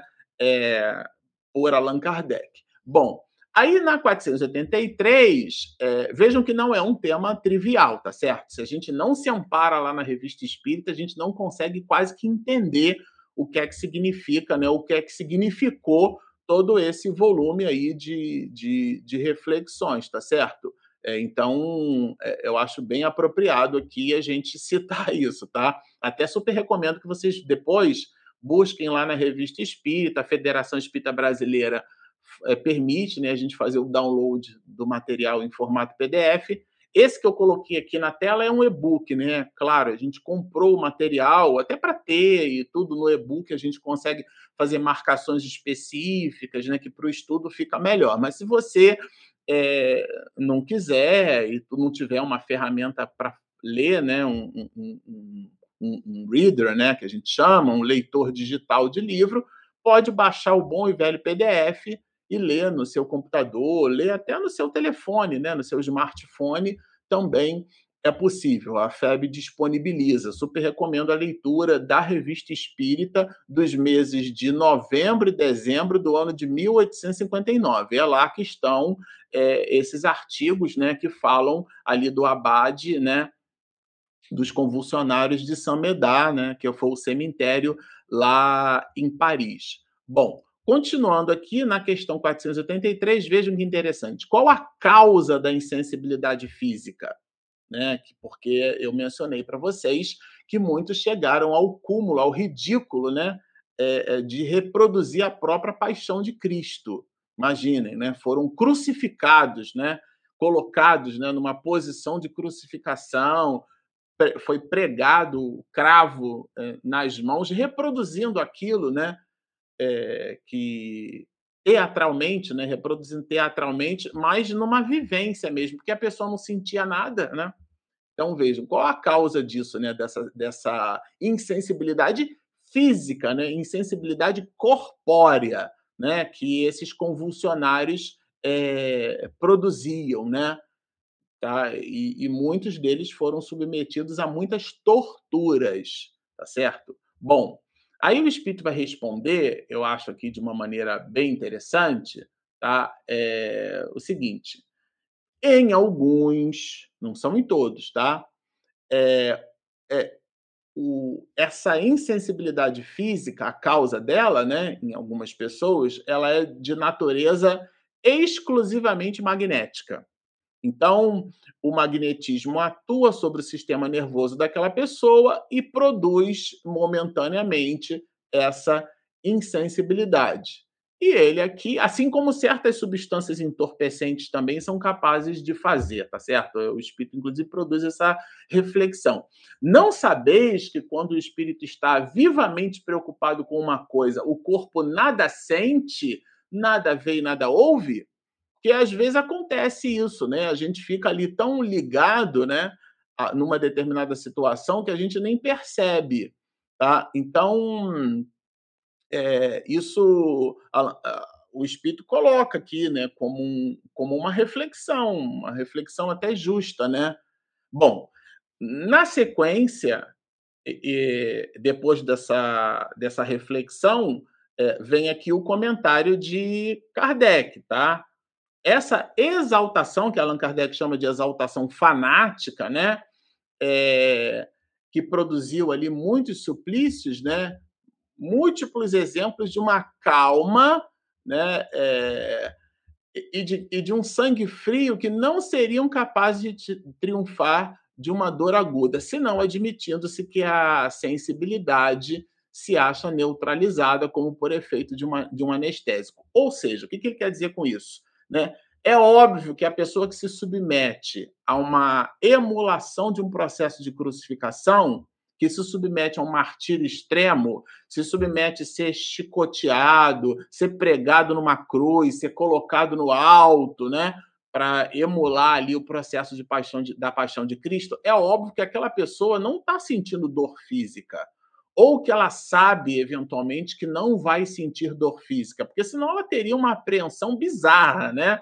é, por Allan Kardec. Bom, aí na quatrocentos e oitenta e três, é, vejam que não é um tema trivial, tá certo? Se a gente não se ampara lá na Revista Espírita, a gente não consegue quase que entender o que é que significa, né? O que é que significou todo esse volume aí de, de, de reflexões, tá certo? É, então, é, eu acho bem apropriado aqui a gente citar isso, tá? Até super recomendo que vocês depois busquem lá na Revista Espírita, a Federação Espírita Brasileira é, permite, né, a gente fazer o download do material em formato P D F. Esse que eu coloquei aqui na tela é um e-book, né? Claro, a gente comprou o material até para ter e tudo no e-book, a gente consegue fazer marcações específicas, né? Que para o estudo fica melhor. Mas se você é, não quiser e tu não tiver uma ferramenta para ler, né? Um, um, um, um, um reader, né? Que a gente chama, um leitor digital de livro, pode baixar o bom e velho P D F e ler no seu computador, ler até no seu telefone, né, no seu smartphone, também é possível. A F E B disponibiliza. Super recomendo a leitura da Revista Espírita dos meses de novembro e dezembro do ano de mil oitocentos e cinquenta e nove. É lá que estão é, esses artigos, né, que falam ali do abade, né, dos convulsionários de Saint-Médard, né, que foi o cemitério lá em Paris. Bom, continuando aqui na questão quatrocentos e oitenta e três, vejam que interessante. Qual a causa da insensibilidade física? né? Porque eu mencionei para vocês que muitos chegaram ao cúmulo, ao ridículo, né? É, é, de reproduzir a própria paixão de Cristo. Imaginem, né? Foram crucificados, né? Colocados, né, numa posição de crucificação, foi pregado o cravo eh, nas mãos, reproduzindo aquilo, né, eh, que teatralmente, né, reproduzindo teatralmente, mas numa vivência mesmo, porque a pessoa não sentia nada, né? Então vejam, qual a causa disso, né, dessa, dessa insensibilidade física, né, insensibilidade corpórea, né, que esses convulsionários eh, produziam, né? Tá? E, e muitos deles foram submetidos a muitas torturas, tá certo? Bom, aí o espírito vai responder, eu acho aqui de uma maneira bem interessante, tá? É, o seguinte: em alguns, não são em todos, tá? É, é, o, essa insensibilidade física, a causa dela, né, em algumas pessoas, ela é de natureza exclusivamente magnética. Então, o magnetismo atua sobre o sistema nervoso daquela pessoa e produz momentaneamente essa insensibilidade. E ele aqui, assim como certas substâncias entorpecentes também são capazes de fazer, tá certo? O espírito, inclusive, produz essa reflexão. Não sabeis que quando o espírito está vivamente preocupado com uma coisa, o corpo nada sente, nada vê e nada ouve? Porque às vezes acontece isso, né? A gente fica ali tão ligado, né, a, numa determinada situação que a gente nem percebe, tá? Então, é, isso a, a, o espírito coloca aqui, né, como, um, como uma reflexão, uma reflexão até justa, né? Bom, na sequência, e, e depois dessa, dessa reflexão, é, vem aqui o comentário de Kardec, tá? Essa exaltação, que Allan Kardec chama de exaltação fanática, né, é, que produziu ali muitos suplícios, né, múltiplos exemplos de uma calma, né, é, e, de, e de um sangue frio que não seriam capazes de triunfar de uma dor aguda, senão admitindo-se que a sensibilidade se acha neutralizada como por efeito de, uma, de um anestésico. Ou seja, o que, que ele quer dizer com isso? Né? É óbvio que a pessoa que se submete a uma emulação de um processo de crucificação, que se submete a um martírio extremo, se submete a ser chicoteado, ser pregado numa cruz, ser colocado no alto, né, para emular ali o processo de paixão de, da paixão de Cristo, é óbvio que aquela pessoa não está sentindo dor física, ou que ela sabe, eventualmente, que não vai sentir dor física, porque senão ela teria uma apreensão bizarra, né?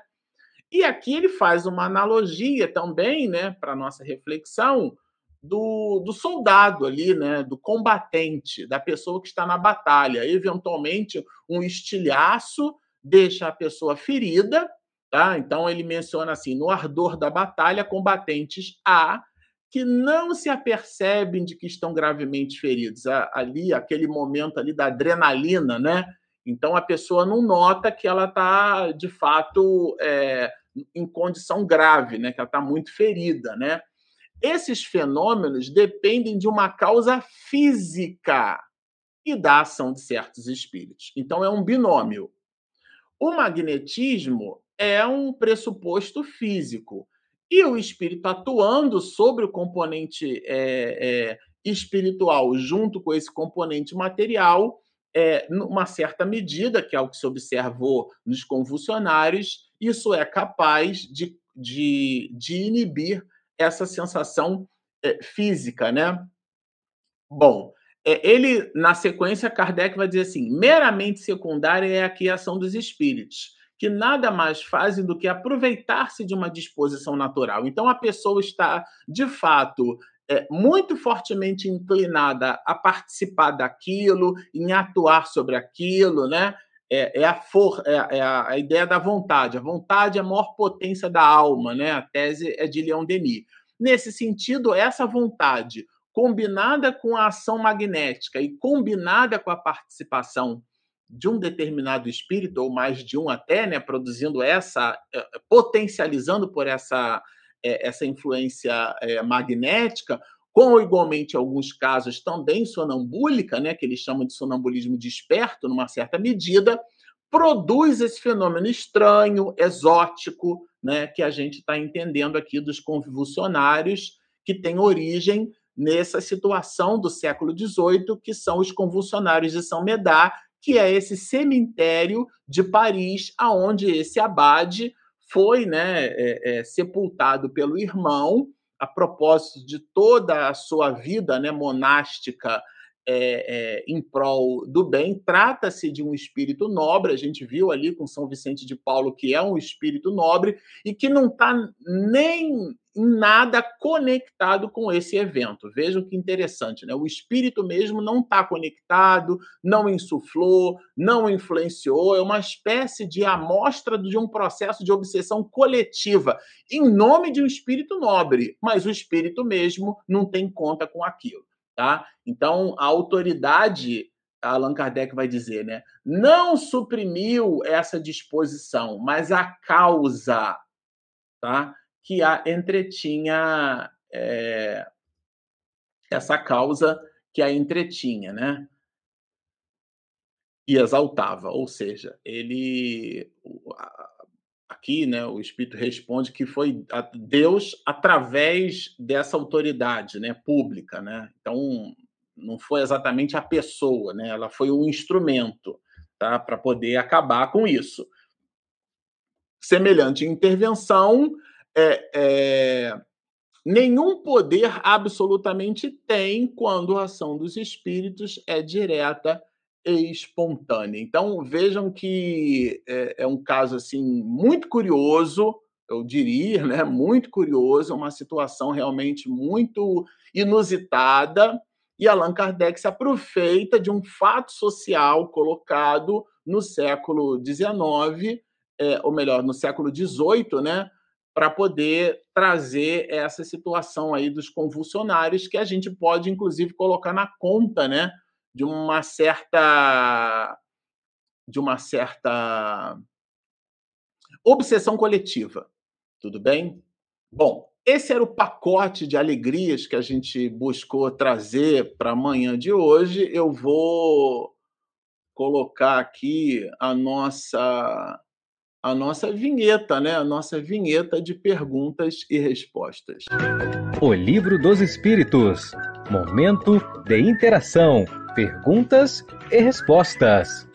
E aqui ele faz uma analogia também, né, para a nossa reflexão, do, do soldado ali, né, do combatente, da pessoa que está na batalha. Eventualmente, um estilhaço deixa a pessoa ferida, tá? Então ele menciona assim: no ardor da batalha, combatentes há que não se apercebem de que estão gravemente feridos. Ali, aquele momento ali da adrenalina, né? Então a pessoa não nota que ela está, de fato, é, em condição grave, né? Que ela está muito ferida, né? Esses fenômenos dependem de uma causa física e da ação de certos espíritos. Então, é um binômio. O magnetismo é um pressuposto físico. E o espírito atuando sobre o componente é, é, espiritual junto com esse componente material, é, numa certa medida, que é o que se observou nos convulsionários, isso é capaz de, de, de inibir essa sensação é, física, né? Bom, é, ele, na sequência, Kardec vai dizer assim: meramente secundária é aqui a ação dos espíritos, que nada mais fazem do que aproveitar-se de uma disposição natural. Então, a pessoa está, de fato, é, muito fortemente inclinada a participar daquilo, em atuar sobre aquilo, né? É, é, a, for, é, é a, a ideia da vontade. A vontade é a maior potência da alma, né? A tese é de Leon Denis. Nesse sentido, essa vontade, combinada com a ação magnética e combinada com a participação de um determinado espírito, ou mais de um até, né, produzindo essa, potencializando por essa é, essa influência é, magnética, com igualmente, em alguns casos, também sonambúlica, né, que eles chamam de sonambulismo desperto, numa certa medida, produz esse fenômeno estranho, exótico, né, que a gente está entendendo aqui dos convulsionários, que tem origem nessa situação do século dezoito, que são os convulsionários de São Médard, que é esse cemitério de Paris, aonde esse abade foi, né, é, é, sepultado pelo irmão, a propósito de toda a sua vida, né, monástica, é, é, em prol do bem. Trata-se de um espírito nobre, a gente viu ali com São Vicente de Paulo que é um espírito nobre e que não está nem em nada conectado com esse evento. Vejam que interessante, né? O espírito mesmo não está conectado, não insuflou, não influenciou, é uma espécie de amostra de um processo de obsessão coletiva, em nome de um espírito nobre, mas o espírito mesmo não tem conta com aquilo. Tá? Então, a autoridade, Allan Kardec vai dizer, né, não suprimiu essa disposição, mas a causa, tá, que a entretinha, é, essa causa que a entretinha, né, e exaltava, ou seja, ele, aqui, né, o Espírito responde que foi Deus através dessa autoridade, né, pública, né? Então, não foi exatamente a pessoa, né? Ela foi o instrumento, tá, para poder acabar com isso. Semelhante intervenção, é, é, nenhum poder absolutamente tem quando a ação dos espíritos é direta e espontânea. Então, vejam que é, é um caso assim muito curioso, eu diria, né? Muito curioso, uma situação realmente muito inusitada, e Allan Kardec se aproveita de um fato social colocado no século dezenove, é, ou melhor, no século dezoito, né? Para poder trazer essa situação aí dos convulsionários, que a gente pode, inclusive, colocar na conta, né, de uma certa de uma certa obsessão coletiva. Tudo bem? Bom, esse era o pacote de alegrias que a gente buscou trazer para a manhã de hoje. Eu vou colocar aqui a nossa a nossa vinheta, né? A nossa vinheta de perguntas e respostas. O Livro dos Espíritos. Momento de interação, perguntas e respostas.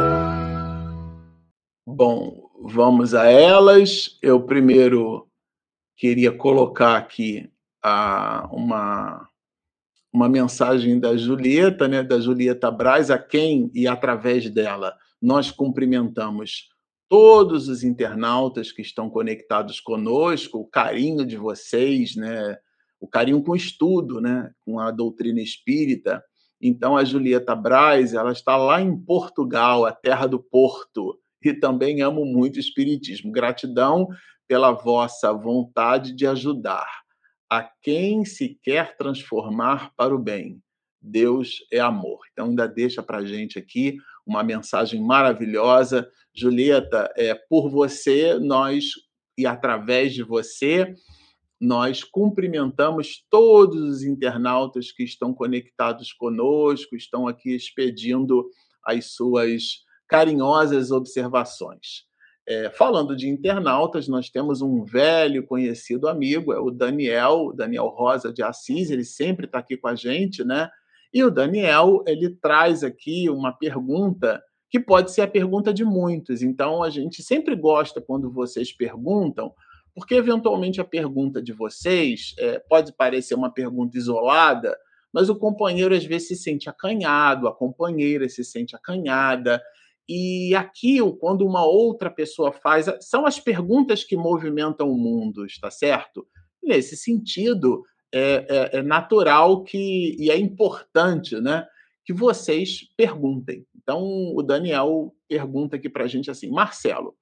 Bom, vamos a elas. Eu primeiro queria colocar aqui a, uma, uma mensagem da Julieta, né? Da Julieta Braz, a quem e através dela nós cumprimentamos todos os internautas que estão conectados conosco, o carinho de vocês, né? O carinho com o estudo, né? Com a doutrina espírita. Então, a Julieta Braz, ela está lá em Portugal, a terra do Porto, e também amo muito o espiritismo. Gratidão pela vossa vontade de ajudar a quem se quer transformar para o bem. Deus é amor. Então, ainda deixa para a gente aqui uma mensagem maravilhosa. Julieta, é, por você, nós, e através de você, nós cumprimentamos todos os internautas que estão conectados conosco, estão aqui expedindo as suas carinhosas observações. É, falando de internautas, nós temos um velho conhecido amigo, é o Daniel, Daniel Rosa de Assis, ele sempre está aqui com a gente, né? E o Daniel, ele traz aqui uma pergunta que pode ser a pergunta de muitos. Então, a gente sempre gosta quando vocês perguntam, porque, eventualmente, a pergunta de vocês é, pode parecer uma pergunta isolada, mas o companheiro, às vezes, se sente acanhado, a companheira se sente acanhada. E aqui, quando uma outra pessoa faz, são as perguntas que movimentam o mundo, está certo? Nesse sentido, é, é, é natural que, e é importante, né, que vocês perguntem. Então, o Daniel pergunta aqui para a gente assim, Marcelo,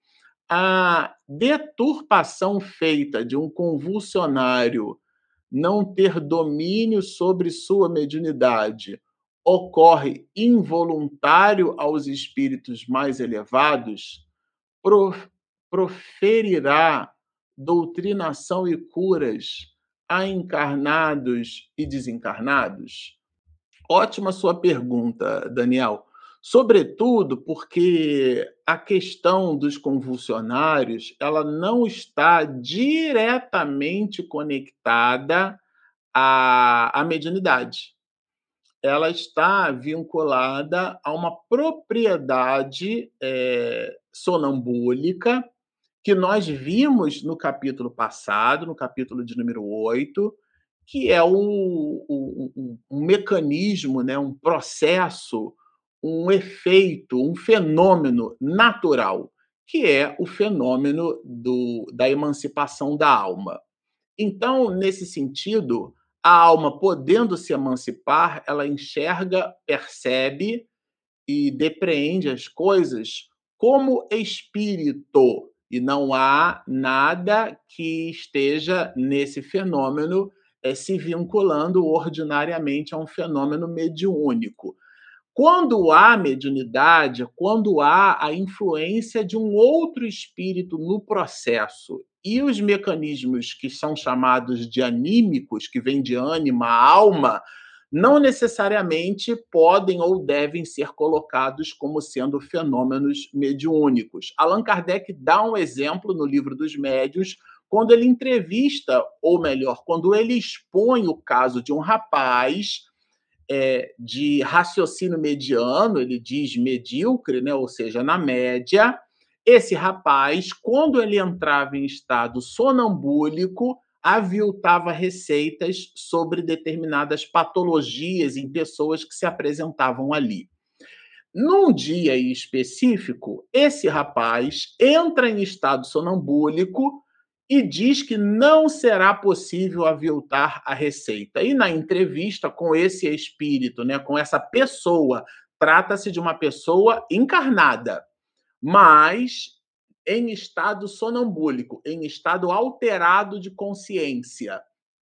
a deturpação feita de um convulsionário não ter domínio sobre sua mediunidade ocorre involuntário aos espíritos mais elevados, pro, proferirá doutrinação e curas a encarnados e desencarnados? Ótima sua pergunta, Daniel. Sobretudo porque a questão dos convulsionários, ela não está diretamente conectada à, à mediunidade. Ela está vinculada a uma propriedade eh, sonambúlica que nós vimos no capítulo passado, no capítulo de número oito, que é um, um- um- um mecanismo, né, um processo, um efeito, um fenômeno natural, que é o fenômeno do- da emancipação da alma. Então, nesse sentido, a alma, podendo se emancipar, ela enxerga, percebe e depreende as coisas como espírito, e não há nada que esteja nesse fenômeno eh, se vinculando ordinariamente a um fenômeno mediúnico. Quando há mediunidade, quando há a influência de um outro espírito no processo e os mecanismos que são chamados de anímicos, que vêm de ânima, alma, não necessariamente podem ou devem ser colocados como sendo fenômenos mediúnicos. Allan Kardec dá um exemplo no Livro dos Médiuns, quando ele entrevista, ou melhor, quando ele expõe o caso de um rapaz é, de raciocínio mediano, ele diz medíocre, né? Ou seja, na média. Esse rapaz, quando ele entrava em estado sonambúlico, aviltava receitas sobre determinadas patologias em pessoas que se apresentavam ali. Num dia específico, esse rapaz entra em estado sonambúlico e diz que não será possível aviltar a receita. E na entrevista com esse espírito, né, com essa pessoa, trata-se de uma pessoa encarnada, mas em estado sonambúlico, em estado alterado de consciência,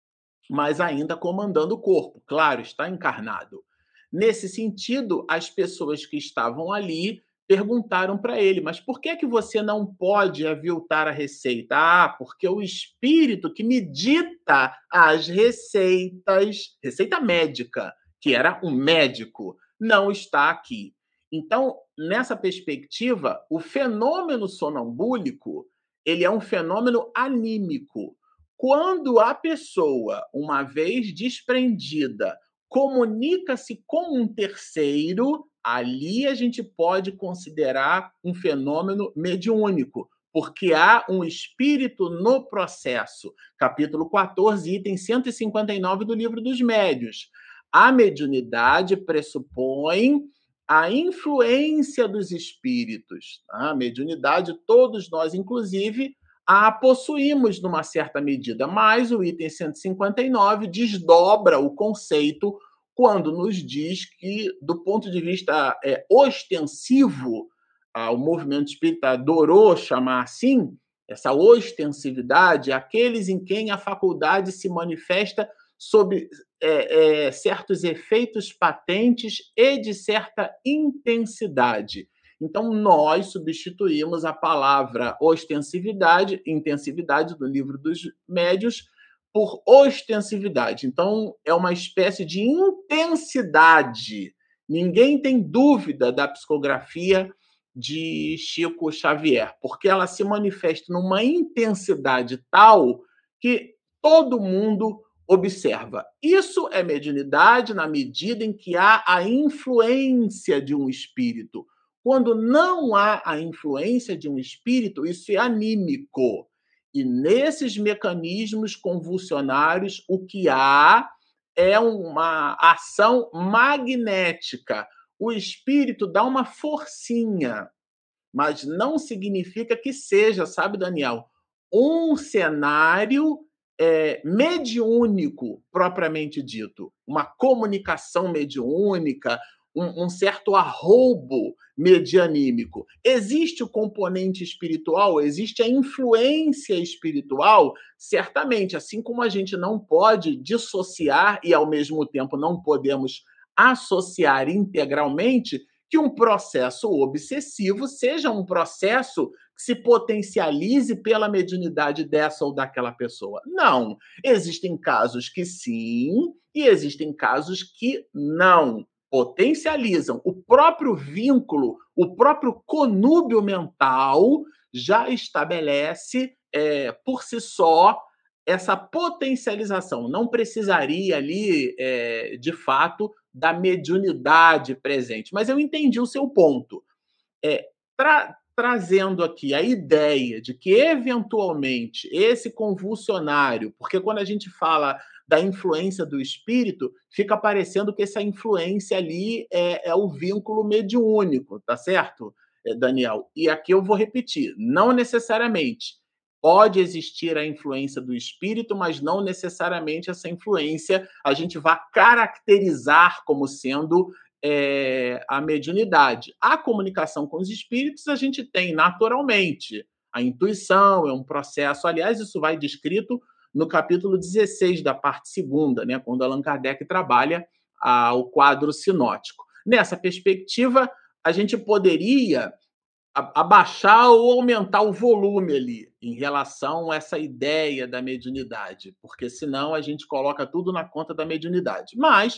mas ainda comandando o corpo. Claro, está encarnado. Nesse sentido, as pessoas que estavam ali perguntaram para ele: mas por que que você não pode aviltar a receita? Ah, porque o espírito que me dita as receitas, receita médica, que era um médico, não está aqui. Então, nessa perspectiva, o fenômeno sonambúlico, ele é um fenômeno anímico. Quando a pessoa, uma vez desprendida, comunica-se com um terceiro, ali a gente pode considerar um fenômeno mediúnico, porque há um espírito no processo. Capítulo quatorze, item cento e cinquenta e nove do Livro dos Médiuns. A mediunidade pressupõe a influência dos espíritos. A mediunidade, todos nós, inclusive, a possuímos numa certa medida, mas o item cento e cinquenta e nove desdobra o conceito quando nos diz que, do ponto de vista é, ostensivo, ah, o movimento espírita adorou chamar assim, essa ostensividade, aqueles em quem a faculdade se manifesta sob é, é, certos efeitos patentes e de certa intensidade. Então, nós substituímos a palavra ostensividade, intensividade do Livro dos Médiuns, por ostensividade. Então, é uma espécie de intensidade. Ninguém tem dúvida da psicografia de Chico Xavier, porque ela se manifesta numa intensidade tal que todo mundo observa. Isso é mediunidade na medida em que há a influência de um espírito. Quando não há a influência de um espírito, isso é anímico. E nesses mecanismos convulsionários, o que há é uma ação magnética. O espírito dá uma forcinha, mas não significa que seja, sabe, Daniel, um cenário é, mediúnico, propriamente dito. Uma comunicação mediúnica, um, um certo arroubo medianímico. Existe o componente espiritual, existe a influência espiritual, certamente, assim como a gente não pode dissociar e, ao mesmo tempo, não podemos associar integralmente que um processo obsessivo seja um processo se potencialize pela mediunidade dessa ou daquela pessoa. Não. Existem casos que sim, e existem casos que não potencializam. O próprio vínculo, o próprio conúbio mental já estabelece, é, por si só, essa potencialização. Não precisaria ali, é, de fato, da mediunidade presente. Mas eu entendi o seu ponto. É, tra trazendo aqui a ideia de que, eventualmente, esse convulsionário, porque quando a gente fala da influência do espírito, fica parecendo que essa influência ali é, é o vínculo mediúnico, tá certo, eh, Daniel? E aqui eu vou repetir, não necessariamente. Pode existir a influência do espírito, mas não necessariamente essa influência a gente vai caracterizar como sendo é, a mediunidade. A comunicação com os espíritos a gente tem naturalmente. A intuição é um processo, aliás, isso vai descrito no capítulo dezesseis da parte segunda, né, quando Allan Kardec trabalha ah, o quadro sinótico. Nessa perspectiva, a gente poderia abaixar ou aumentar o volume ali em relação a essa ideia da mediunidade, porque senão a gente coloca tudo na conta da mediunidade. Mas,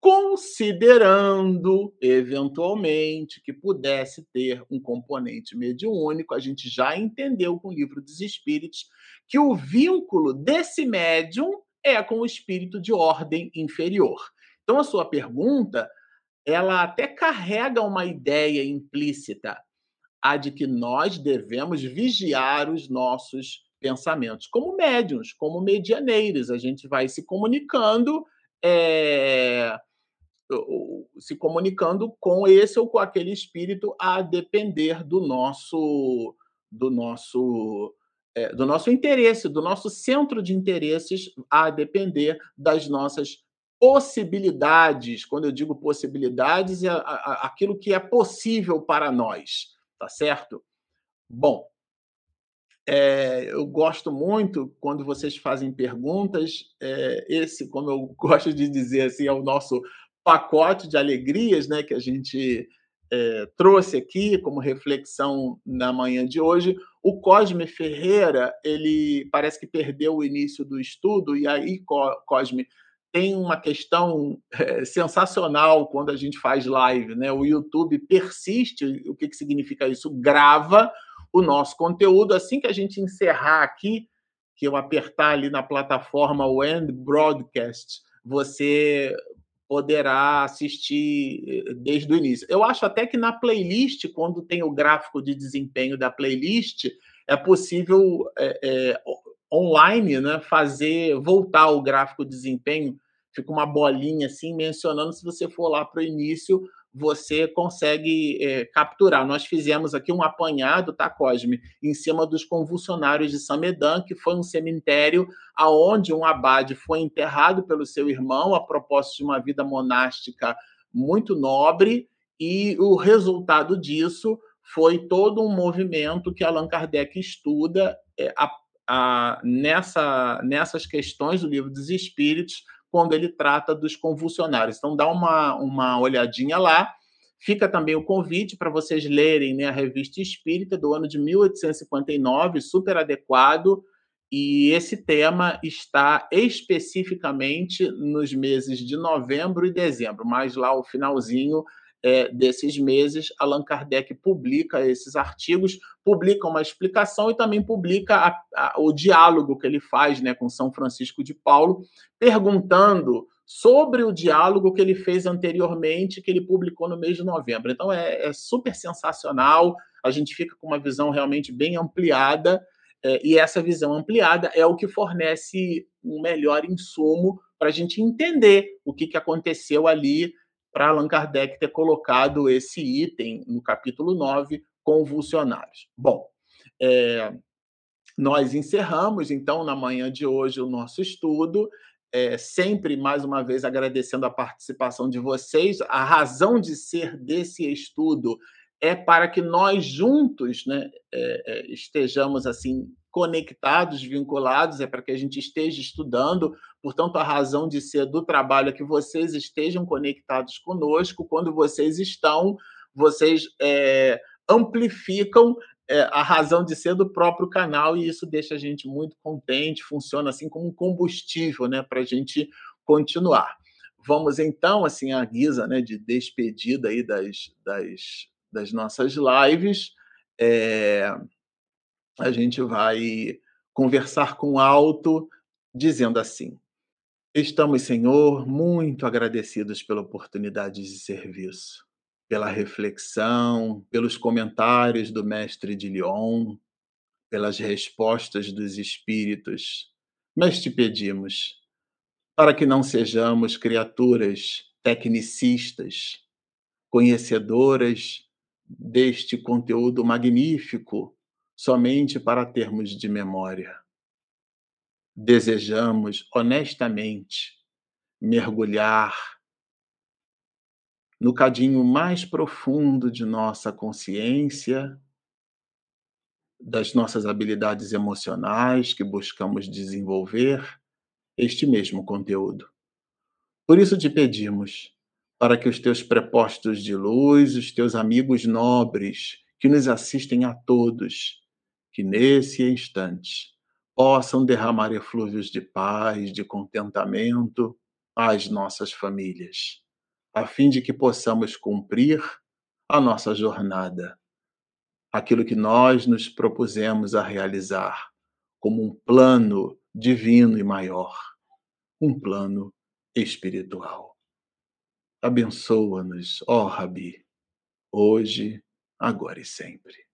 considerando, eventualmente, que pudesse ter um componente mediúnico, a gente já entendeu com o Livro dos Espíritos que o vínculo desse médium é com o espírito de ordem inferior. Então, a sua pergunta, ela até carrega uma ideia implícita, a de que nós devemos vigiar os nossos pensamentos, como médiuns, como medianeiros. A gente vai se comunicando, é, se comunicando com esse ou com aquele espírito, a depender do nosso, do nosso, é, do nosso interesse, do nosso centro de interesses, a depender das nossas possibilidades. Quando eu digo possibilidades, é aquilo que é possível para nós. Tá certo? Bom, é, eu gosto muito quando vocês fazem perguntas. É, esse, como eu gosto de dizer assim, é o nosso pacote de alegrias, né, que a gente é, trouxe aqui como reflexão na manhã de hoje. O Cosme Ferreira, ele parece que perdeu o início do estudo, e aí, Cosme, tem uma questão é, sensacional quando a gente faz live, né? O YouTube persiste. O que, que significa isso? Grava o nosso conteúdo. Assim que a gente encerrar aqui, que eu apertar ali na plataforma o End Broadcast, você poderá assistir desde o início. Eu acho até que na playlist, quando tem o gráfico de desempenho da playlist, é possível é, é, online, né, fazer voltar o gráfico de desempenho, fica uma bolinha assim mencionando. Se você for lá para o início, você consegue é, capturar. Nós fizemos aqui um apanhado, tá, Cosme, em cima dos convulsionários de Samedan, que foi um cemitério aonde um abade foi enterrado pelo seu irmão a propósito de uma vida monástica muito nobre, e o resultado disso foi todo um movimento que Allan Kardec estuda é, a a, nessa, nessas questões do Livro dos Espíritos, quando ele trata dos convulsionários. Então, dá uma, uma olhadinha lá. Fica também o convite para vocês lerem, né, a Revista Espírita, do ano de mil oitocentos e cinquenta e nove, super adequado, e esse tema está especificamente nos meses de novembro e dezembro, mas lá o finalzinho é, desses meses, Allan Kardec publica esses artigos, publica uma explicação e também publica a, a, o diálogo que ele faz, né, com São Francisco de Paulo, perguntando sobre o diálogo que ele fez anteriormente, que ele publicou no mês de novembro. Então, é, é super sensacional, a gente fica com uma visão realmente bem ampliada, é, e essa visão ampliada é o que fornece um melhor insumo para a gente entender o que, que aconteceu ali, para Allan Kardec ter colocado esse item no capítulo nove, convulsionários. Bom, é, nós encerramos, então, na manhã de hoje, o nosso estudo, é, sempre, mais uma vez, agradecendo a participação de vocês. A razão de ser desse estudo é para que nós juntos, né, é, é, estejamos assim conectados, vinculados, é para que a gente esteja estudando. Portanto, a razão de ser do trabalho é que vocês estejam conectados conosco. Quando vocês estão, vocês é, amplificam é a razão de ser do próprio canal e isso deixa a gente muito contente, funciona assim como um combustível, né, para a gente continuar. Vamos então, assim, à guisa, né, de despedida aí das das das nossas lives, eh, a gente vai conversar com o alto, dizendo assim: "Estamos, Senhor, muito agradecidos pela oportunidade de serviço, pela reflexão, pelos comentários do mestre de Lyon, pelas respostas dos espíritos, mas te pedimos para que não sejamos criaturas tecnicistas, conhecedoras deste conteúdo magnífico somente para termos de memória. Desejamos honestamente mergulhar no cadinho mais profundo de nossa consciência, das nossas habilidades emocionais que buscamos desenvolver este mesmo conteúdo. Por isso te pedimos, para que os teus prepostos de luz, os teus amigos nobres, que nos assistem a todos, que nesse instante possam derramar eflúvios de paz, de contentamento às nossas famílias, a fim de que possamos cumprir a nossa jornada, aquilo que nós nos propusemos a realizar, como um plano divino e maior, um plano espiritual. Abençoa-nos, ó Rabi, hoje, agora e sempre.